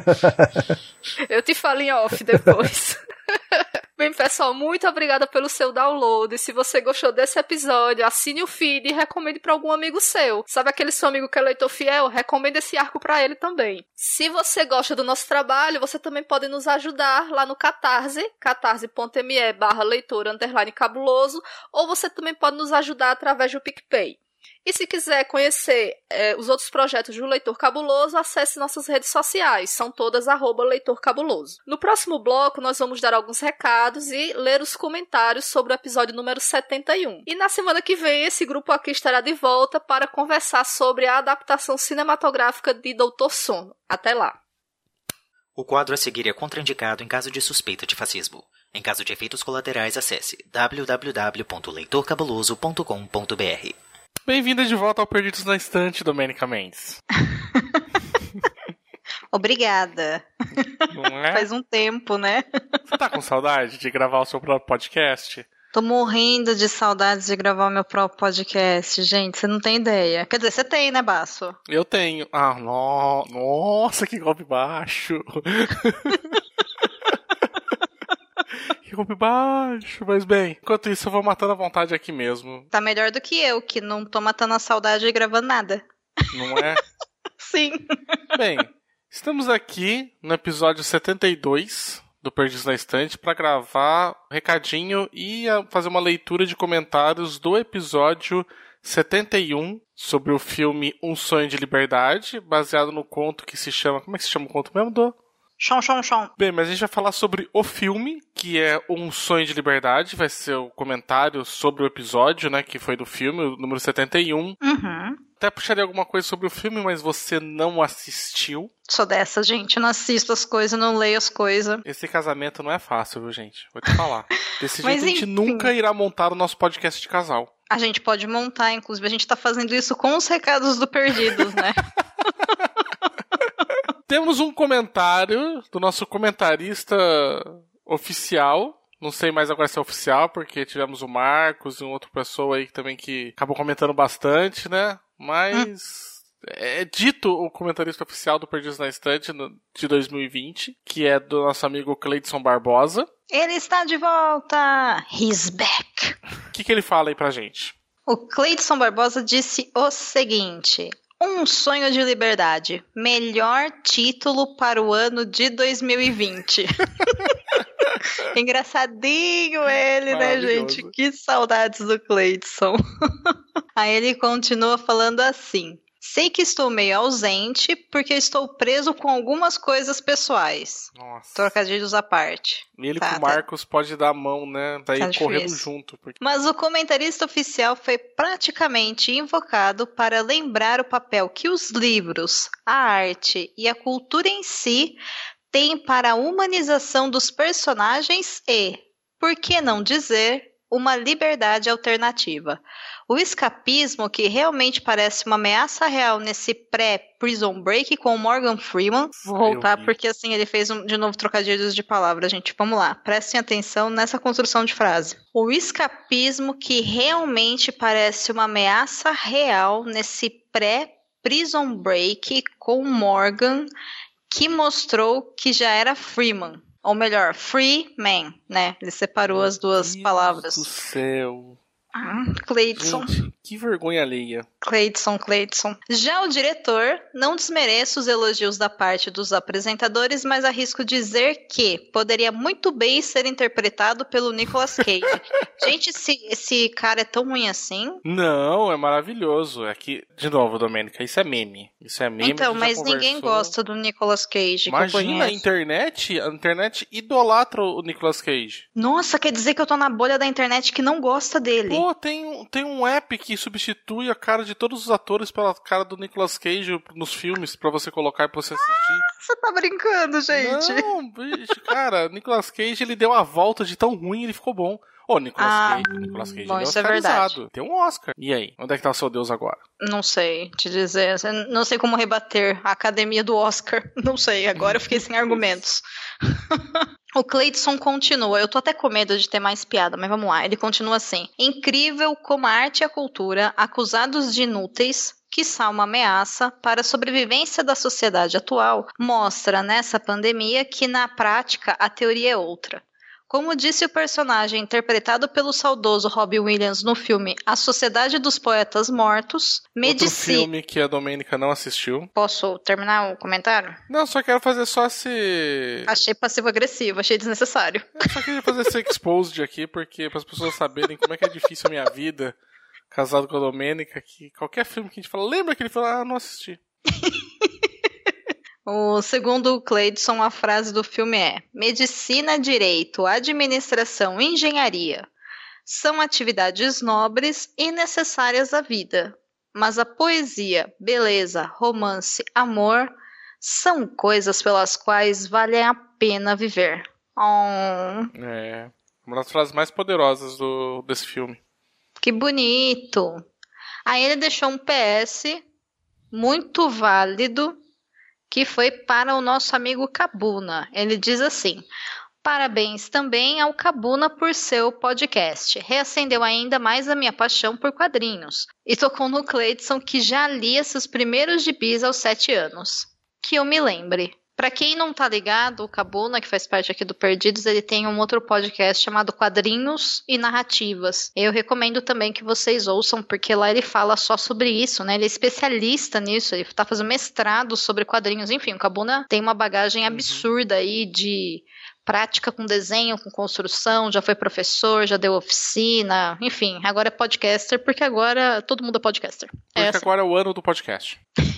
Eu te falo em off depois. Bem, pessoal, muito obrigada pelo seu download. Se você gostou desse episódio, assine o feed e recomende para algum amigo seu. Sabe aquele seu amigo que é leitor fiel? Recomende esse arco para ele também. Se você gosta do nosso trabalho, você também pode nos ajudar lá no Catarse, catarse ponto me barra leitor underline cabuloso, ou você também pode nos ajudar através do PicPay. E se quiser conhecer é, os outros projetos do Leitor Cabuloso, acesse nossas redes sociais, são todas arroba Leitor Cabuloso. No próximo bloco, nós vamos dar alguns recados e ler os comentários sobre o episódio número setenta e um. E na semana que vem, esse grupo aqui estará de volta para conversar sobre a adaptação cinematográfica de Doutor Sono. Até lá! O quadro a seguir é contraindicado em caso de suspeita de fascismo. Em caso de efeitos colaterais, acesse w w w ponto leitor cabuloso ponto com ponto b r. Bem-vinda de volta ao Perdidos na Estante, Domênica Mendes. Obrigada. Não é? Faz um tempo, né? Você tá com saudade de gravar o seu próprio podcast? Tô morrendo de saudades de gravar o meu próprio podcast, gente. Você não tem ideia. Quer dizer, você tem, né, Basso? Eu tenho. Ah, no... nossa, que golpe baixo. Que golpe baixo. Mas bem, enquanto isso eu vou matando a vontade aqui mesmo. Tá melhor do que eu, que não tô matando a saudade e gravando nada. Não é? Sim. Bem, estamos aqui no episódio setenta e dois do Perdidos na Estante para gravar um recadinho e fazer uma leitura de comentários do episódio setenta e um sobre o filme Um Sonho de Liberdade, baseado no conto que se chama... Como é que se chama o conto mesmo, Dô? Chão, chão, chão. Bem, mas a gente vai falar sobre o filme, que é Um Sonho de Liberdade. Vai ser o comentário sobre o episódio, né? Que foi do filme, o número setenta e um. Uhum. Até puxaria alguma coisa sobre o filme, mas você não assistiu. Sou dessa, gente. Eu não assisto as coisas, não leio as coisas. Esse casamento não é fácil, viu, gente? Vou te falar. Desse Mas jeito a gente enfim. nunca irá montar o nosso podcast de casal. A gente pode montar, inclusive. A gente tá fazendo isso com os recados do Perdidos, né? Temos um comentário do nosso comentarista oficial. Não sei mais agora se é oficial, porque tivemos o Marcos e uma outra pessoa aí também que acabou comentando bastante, né? Mas hum. é dito o comentarista oficial do Perdidos na Estante no, de dois mil e vinte, que é do nosso amigo Cleidson Barbosa. Ele está de volta! He's back! O que, que ele fala aí pra gente? O Cleidson Barbosa disse o seguinte... Um Sonho de Liberdade. Melhor título para o ano de dois mil e vinte. Engraçadinho ele, né, gente? Que saudades do Cleidson. Aí ele continua falando assim. Sei que estou meio ausente porque estou preso com algumas coisas pessoais. Nossa. Trocadilhos à parte. Ele tá, com o Marcos tá. Pode dar a mão, né? Daí tá correndo difícil. Junto. Porque... Mas o comentarista oficial foi praticamente invocado para lembrar o papel que os livros, a arte e a cultura em si têm para a humanização dos personagens e, por que não dizer, uma liberdade alternativa. O escapismo, que realmente parece uma ameaça real nesse pré-Prison Break com o Morgan Freeman. Vou voltar porque assim ele fez um, de novo trocadilhos de palavras, gente. Vamos lá, prestem atenção nessa construção de frase. O escapismo que realmente parece uma ameaça real nesse pré-Prison Break com o Morgan, que mostrou que já era Freeman. Ou melhor, Free Man, né? Ele separou as duas Deus palavras. Do céu. Ah, Cleidson. Gente, que vergonha alheia. Cleidson, Cleidson. Já o diretor, não desmereço os elogios da parte dos apresentadores, mas arrisco dizer que poderia muito bem ser interpretado pelo Nicolas Cage. Gente, esse, esse cara é tão ruim assim? Não, é maravilhoso. É que, de novo, Domênica, isso é meme. Isso é meme. Então, mas ninguém gosta do Nicolas Cage. Imagina, a internet, a internet idolatra o Nicolas Cage. Nossa, quer dizer que eu tô na bolha da internet que não gosta dele. Pô, tem, tem um app que substitui a cara de todos os atores pela cara do Nicolas Cage nos filmes pra você colocar e pra você assistir. Ah, você tá brincando, gente. Não, bicho, cara, Nicolas Cage, ele deu a volta de tão ruim e ele ficou bom. Ô, Nicolas ah, Cage, Nicolas Cage bom, ele é isso é verdade. Tem um Oscar. E aí, onde é que tá o seu Deus agora? Não sei te dizer. Não sei como rebater a academia do Oscar. Não sei, agora eu fiquei sem argumentos. O Cleidson continua, eu tô até com medo de ter mais piada, mas vamos lá, ele continua assim. Incrível como a arte e a cultura, acusados de inúteis, quiçá uma ameaça para a sobrevivência da sociedade atual, mostra nessa pandemia que na prática a teoria é outra. Como disse o personagem interpretado pelo saudoso Robin Williams no filme A Sociedade dos Poetas Mortos, medicina... Outro filme que a Domênica não assistiu. Posso terminar o comentário? Não, só quero fazer só esse... Achei passivo-agressivo, achei desnecessário. Eu só queria fazer esse exposed aqui, porque para as pessoas saberem como é que é difícil a minha vida, casado com a Domênica, que qualquer filme que a gente fala, lembra que ele fala, ah, não assisti. O segundo o Cleidson, a frase do filme é: medicina, direito, administração, engenharia são atividades nobres e necessárias à vida, mas a poesia, beleza, romance, amor são coisas pelas quais vale a pena viver. Oh. É, uma das frases mais poderosas do, desse filme. Que bonito. Aí ele deixou um P S muito válido, que foi para o nosso amigo Cabuna. Ele diz assim: parabéns também ao Cabuna por seu podcast. Reacendeu ainda mais a minha paixão por quadrinhos. E tocou no Cleidson, que já lia seus primeiros gibis aos sete anos. Que eu me lembre. Para quem não tá ligado, o Cabuna, que faz parte aqui do Perdidos, ele tem um outro podcast chamado Quadrinhos e Narrativas. Eu recomendo também que vocês ouçam, porque lá ele fala só sobre isso, né? Ele é especialista nisso, ele tá fazendo mestrado sobre quadrinhos. Enfim, o Cabuna tem uma bagagem absurda aí de prática com desenho, com construção, já foi professor, já deu oficina, enfim, agora é podcaster, porque agora todo mundo é podcaster. Porque é assim. Agora é o ano do podcast.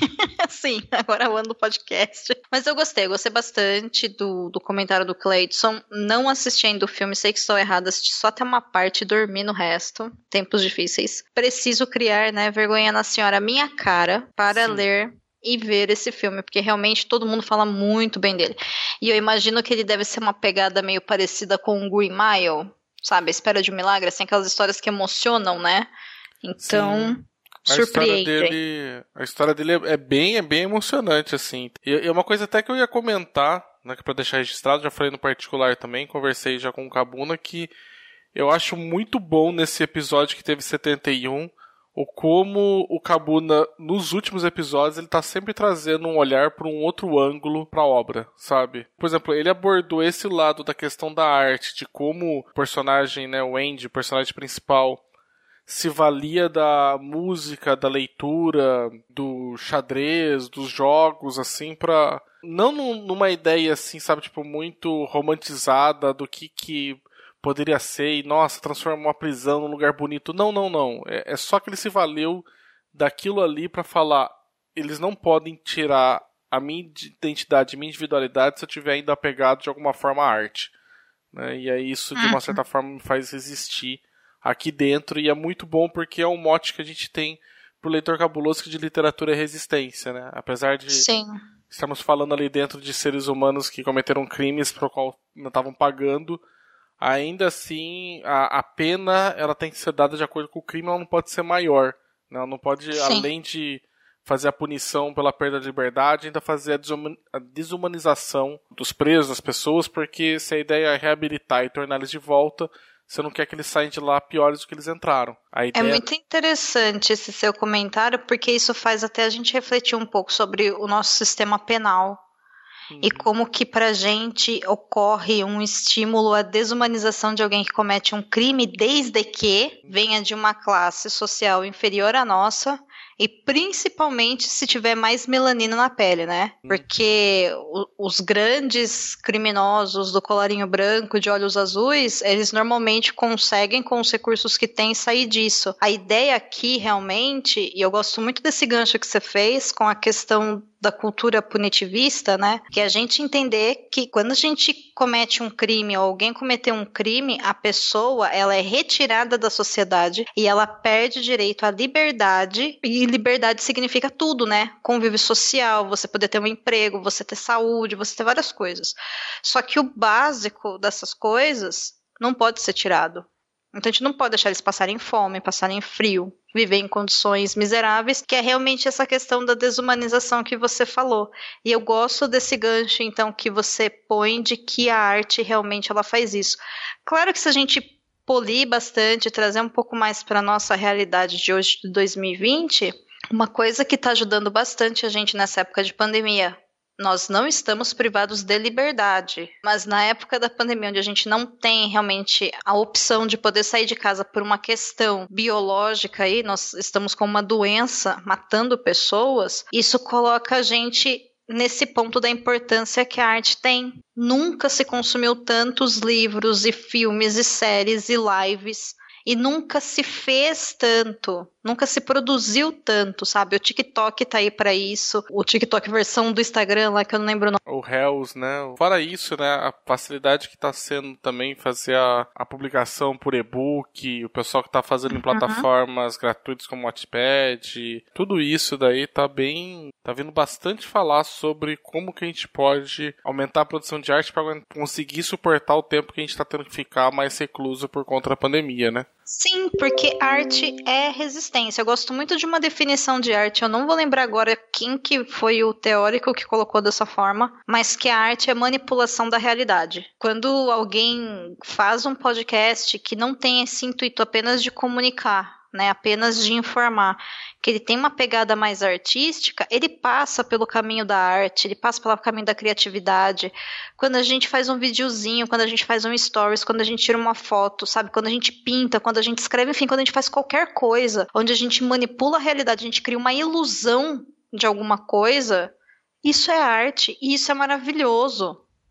Sim, agora é o ano do podcast. Mas eu gostei, eu gostei bastante do, do comentário do Cleidson. Não assisti ainda o filme, sei que estou errada, assisti só até uma parte e dormi no resto. Tempos difíceis. Preciso criar, né, vergonha na senhora, minha cara, para Sim. ler e ver esse filme, porque realmente todo mundo fala muito bem dele. E eu imagino que ele deve ser uma pegada meio parecida com o Green Mile, sabe? A Espera de um Milagre, assim, aquelas histórias que emocionam, né? Então... Sim. A história dele, a história dele é bem, é bem emocionante, assim. E é uma coisa até que eu ia comentar, né, pra deixar registrado, já falei no particular também, conversei já com o Cabuna, que eu acho muito bom nesse episódio que teve setenta e um, o como o Cabuna, nos últimos episódios, ele tá sempre trazendo um olhar para um outro ângulo pra obra, sabe? Por exemplo, ele abordou esse lado da questão da arte, de como o personagem, né, o Andy, o personagem principal, se valia da música, da leitura, do xadrez, dos jogos, assim, pra... Não numa ideia, assim, sabe, tipo, muito romantizada do que que poderia ser e, nossa, transformar uma prisão num lugar bonito. Não, não, não. É, é só que ele se valeu daquilo ali pra falar, eles não podem tirar a minha identidade, a minha individualidade se eu tiver ainda apegado de alguma forma à arte. Né? E aí isso, de uma certa forma, me faz resistir aqui dentro, e é muito bom porque é um mote que a gente tem pro leitor cabuloso, que de literatura é resistência, né? Apesar de Sim. estarmos falando ali dentro de seres humanos que cometeram crimes para o qual não estavam pagando, ainda assim a, a pena ela tem que ser dada de acordo com o crime, ela não pode ser maior, né? Ela não pode, Sim. além de fazer a punição pela perda de liberdade, ainda fazer a desumanização dos presos, das pessoas, porque se a ideia é reabilitar e torná-los de volta, você não quer que eles saiam de lá piores do que eles entraram. A ideia... É muito interessante esse seu comentário, porque isso faz até a gente refletir um pouco sobre o nosso sistema penal. Uhum. E como que pra gente ocorre um estímulo à desumanização de alguém que comete um crime, desde que venha de uma classe social inferior à nossa, e principalmente se tiver mais melanina na pele, né? Porque o, os grandes criminosos do colarinho branco, de olhos azuis, eles normalmente conseguem, com os recursos que têm, sair disso. A ideia aqui, realmente, e eu gosto muito desse gancho que você fez com a questão da cultura punitivista, né? Que é a gente entender que quando a gente comete um crime ou alguém cometeu um crime, a pessoa, ela é retirada da sociedade e ela perde direito à liberdade, e liberdade significa tudo, né? Convívio social, você poder ter um emprego, você ter saúde, você ter várias coisas. Só que o básico dessas coisas não pode ser tirado. Então a gente não pode deixar eles passarem fome, passarem frio, viver em condições miseráveis, que é realmente essa questão da desumanização que você falou. E eu gosto desse gancho, então, que você põe de que a arte realmente ela faz isso. Claro que se a gente polir bastante, trazer um pouco mais para a nossa realidade de hoje, de dois mil e vinte, uma coisa que está ajudando bastante a gente nessa época de pandemia, nós não estamos privados de liberdade, mas na época da pandemia, onde a gente não tem realmente a opção de poder sair de casa por uma questão biológica, aí, nós estamos com uma doença matando pessoas, isso coloca a gente nesse ponto da importância que a arte tem. Nunca se consumiu tantos livros e filmes e séries e lives, e nunca se fez tanto, nunca se produziu tanto, sabe? O TikTok tá aí pra isso, o TikTok versão do Instagram lá, que eu não lembro o nome. O Reels, né? Fora isso, né, a facilidade que tá sendo também fazer a, a publicação por e-book, o pessoal que tá fazendo em plataformas uhum. gratuitas como o Wattpad, tudo isso daí tá bem... tá vindo bastante falar sobre como que a gente pode aumentar a produção de arte para conseguir suportar o tempo que a gente tá tendo que ficar mais recluso por conta da pandemia, né? Sim, porque arte é resistência. Eu gosto muito de uma definição de arte. Eu não vou lembrar agora quem que foi o teórico que colocou dessa forma, mas que a arte é manipulação da realidade. Quando alguém faz um podcast que não tem esse intuito apenas de comunicar, né, apenas de informar, que ele tem uma pegada mais artística, ele passa pelo caminho da arte, ele passa pelo caminho da criatividade. Quando a gente faz um videozinho, quando a gente faz um stories, quando a gente tira uma foto, sabe? Quando a gente pinta, quando a gente escreve, enfim, quando a gente faz qualquer coisa, onde a gente manipula a realidade, a gente cria uma ilusão de alguma coisa, isso é arte e isso é maravilhoso.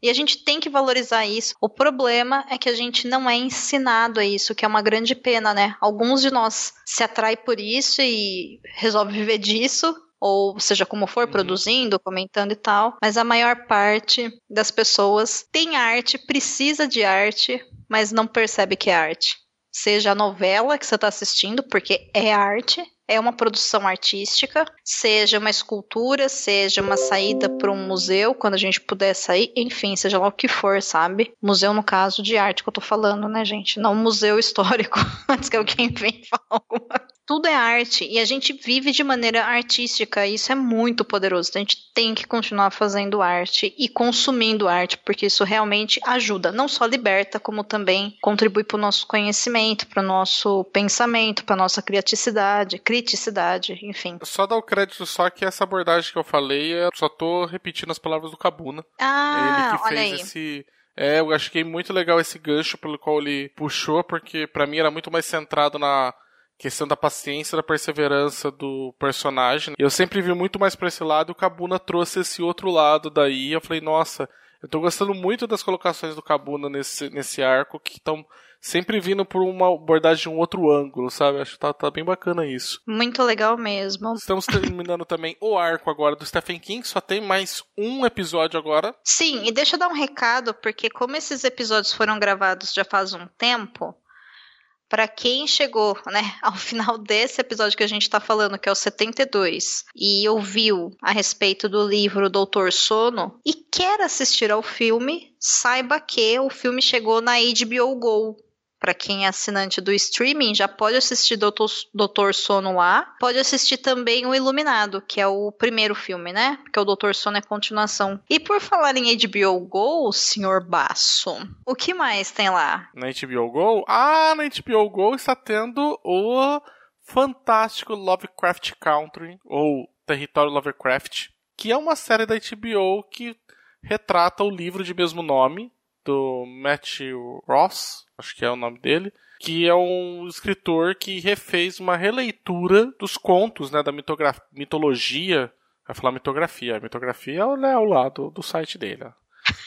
E a gente tem que valorizar isso. O problema é que a gente não é ensinado a isso, que é uma grande pena, né? Alguns de nós se atraem por isso e resolvem viver disso, ou seja, como for, uhum. produzindo, comentando e tal. Mas a maior parte das pessoas tem arte, precisa de arte, mas não percebe que é arte. Seja a novela que você está assistindo, porque é arte, é uma produção artística, seja uma escultura, seja uma saída para um museu, quando a gente puder sair, enfim, seja lá o que for, sabe? Museu, no caso, de arte que eu tô falando, né, gente? Não museu histórico, antes que alguém venha falar alguma coisa. Tudo é arte, e a gente vive de maneira artística, e isso é muito poderoso. Então a gente tem que continuar fazendo arte e consumindo arte, porque isso realmente ajuda, não só liberta, como também contribui para o nosso conhecimento, para o nosso pensamento, para a nossa criticidade, criticidade, enfim. Só dar o crédito só que essa abordagem que eu falei, eu só tô repetindo as palavras do Kabuna. Ah, ele que olha fez aí. esse... É, eu achei muito legal esse gancho pelo qual ele puxou, porque pra mim era muito mais centrado na questão da paciência, da perseverança do personagem. Eu sempre vi muito mais pra esse lado, e o Kabuna trouxe esse outro lado daí. Eu falei, nossa, eu tô gostando muito das colocações do Kabuna nesse, nesse arco, que estão sempre vindo por uma abordagem de um outro ângulo, sabe? Acho que tá, tá bem bacana isso. Muito legal mesmo. Estamos terminando também o arco agora do Stephen King, só tem mais um episódio agora. Sim, e deixa eu dar um recado, porque como esses episódios foram gravados já faz um tempo, para quem chegou, né, ao final desse episódio que a gente está falando, que é o setenta e dois, e ouviu a respeito do livro Doutor Sono, e quer assistir ao filme, saiba que o filme chegou na H B O Go. Para quem é assinante do streaming, já pode assistir Doutor, Doutor Sono lá. Pode assistir também o Iluminado, que é o primeiro filme, né? Porque o Doutor Sono é continuação. E por falar em H B O Go, senhor Basso, o que mais tem lá? Na H B O Go? Ah, na H B O Go está tendo o fantástico Lovecraft Country, ou Território Lovecraft, que é uma série da H B O que retrata o livro de mesmo nome, do Matthew Ross, acho que é o nome dele, que é um escritor que refez uma releitura dos contos, né, da mitogra- mitologia, vai falar mitografia, a mitografia é o Léo lá do, do site dele, ó.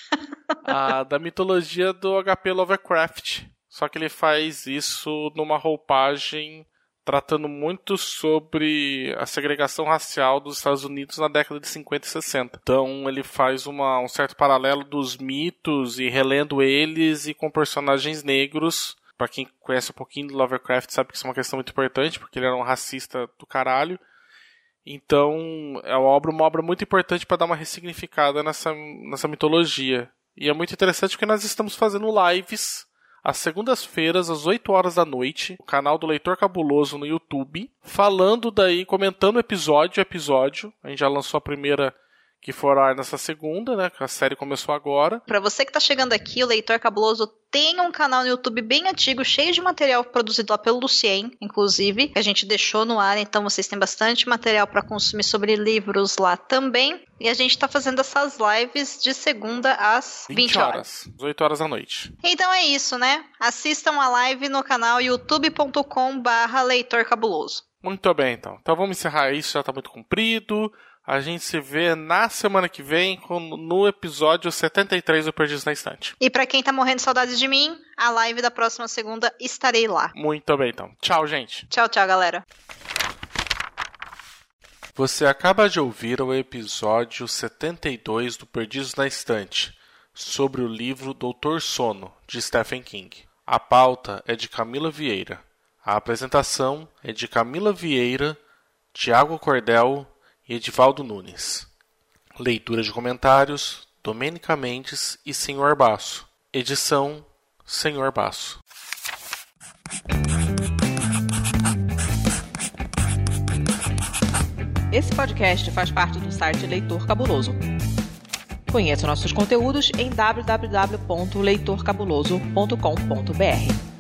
Ah, da mitologia do H P Lovecraft, só que ele faz isso numa roupagem tratando muito sobre a segregação racial dos Estados Unidos na década de cinquenta e sessenta. Então ele faz uma, um certo paralelo dos mitos e relendo eles e com personagens negros. Pra quem conhece um pouquinho do Lovecraft sabe que isso é uma questão muito importante, porque ele era um racista do caralho. Então é uma obra, uma obra muito importante para dar uma ressignificada nessa, nessa mitologia. E é muito interessante porque nós estamos fazendo lives às segundas-feiras, às oito horas da noite, no canal do Leitor Cabuloso no YouTube, falando daí, comentando episódio a episódio. A gente já lançou a primeira que for ao ar nessa segunda, né? Que a série começou agora. Para você que tá chegando aqui, o Leitor Cabuloso tem um canal no YouTube bem antigo, cheio de material produzido lá pelo Lucien, inclusive, que a gente deixou no ar, então vocês têm bastante material para consumir sobre livros lá também. E a gente tá fazendo essas lives de segunda às vinte horas. Às oito horas da noite. Então é isso, né? Assistam a live no canal youtube ponto com barra Leitor Cabuloso. Muito bem, então. Então vamos encerrar isso, já tá muito comprido. A gente se vê na semana que vem no episódio setenta e três do Perdidos na Estante. E pra quem tá morrendo de saudades de mim, a live da próxima segunda estarei lá. Muito bem, então. Tchau, gente. Tchau, tchau, galera. Você acaba de ouvir o episódio setenta e dois do Perdidos na Estante, sobre o livro Doutor Sono, de Stephen King. A pauta é de Camila Vieira. A apresentação é de Camila Vieira, Tiago Cordel e Edivaldo Nunes. Leitura de comentários, Domênica Mendes e Senhor Basso. Edição, Senhor Basso. Esse podcast faz parte do site Leitor Cabuloso. Conheça nossos conteúdos em w w w ponto leitor cabuloso ponto com ponto b r.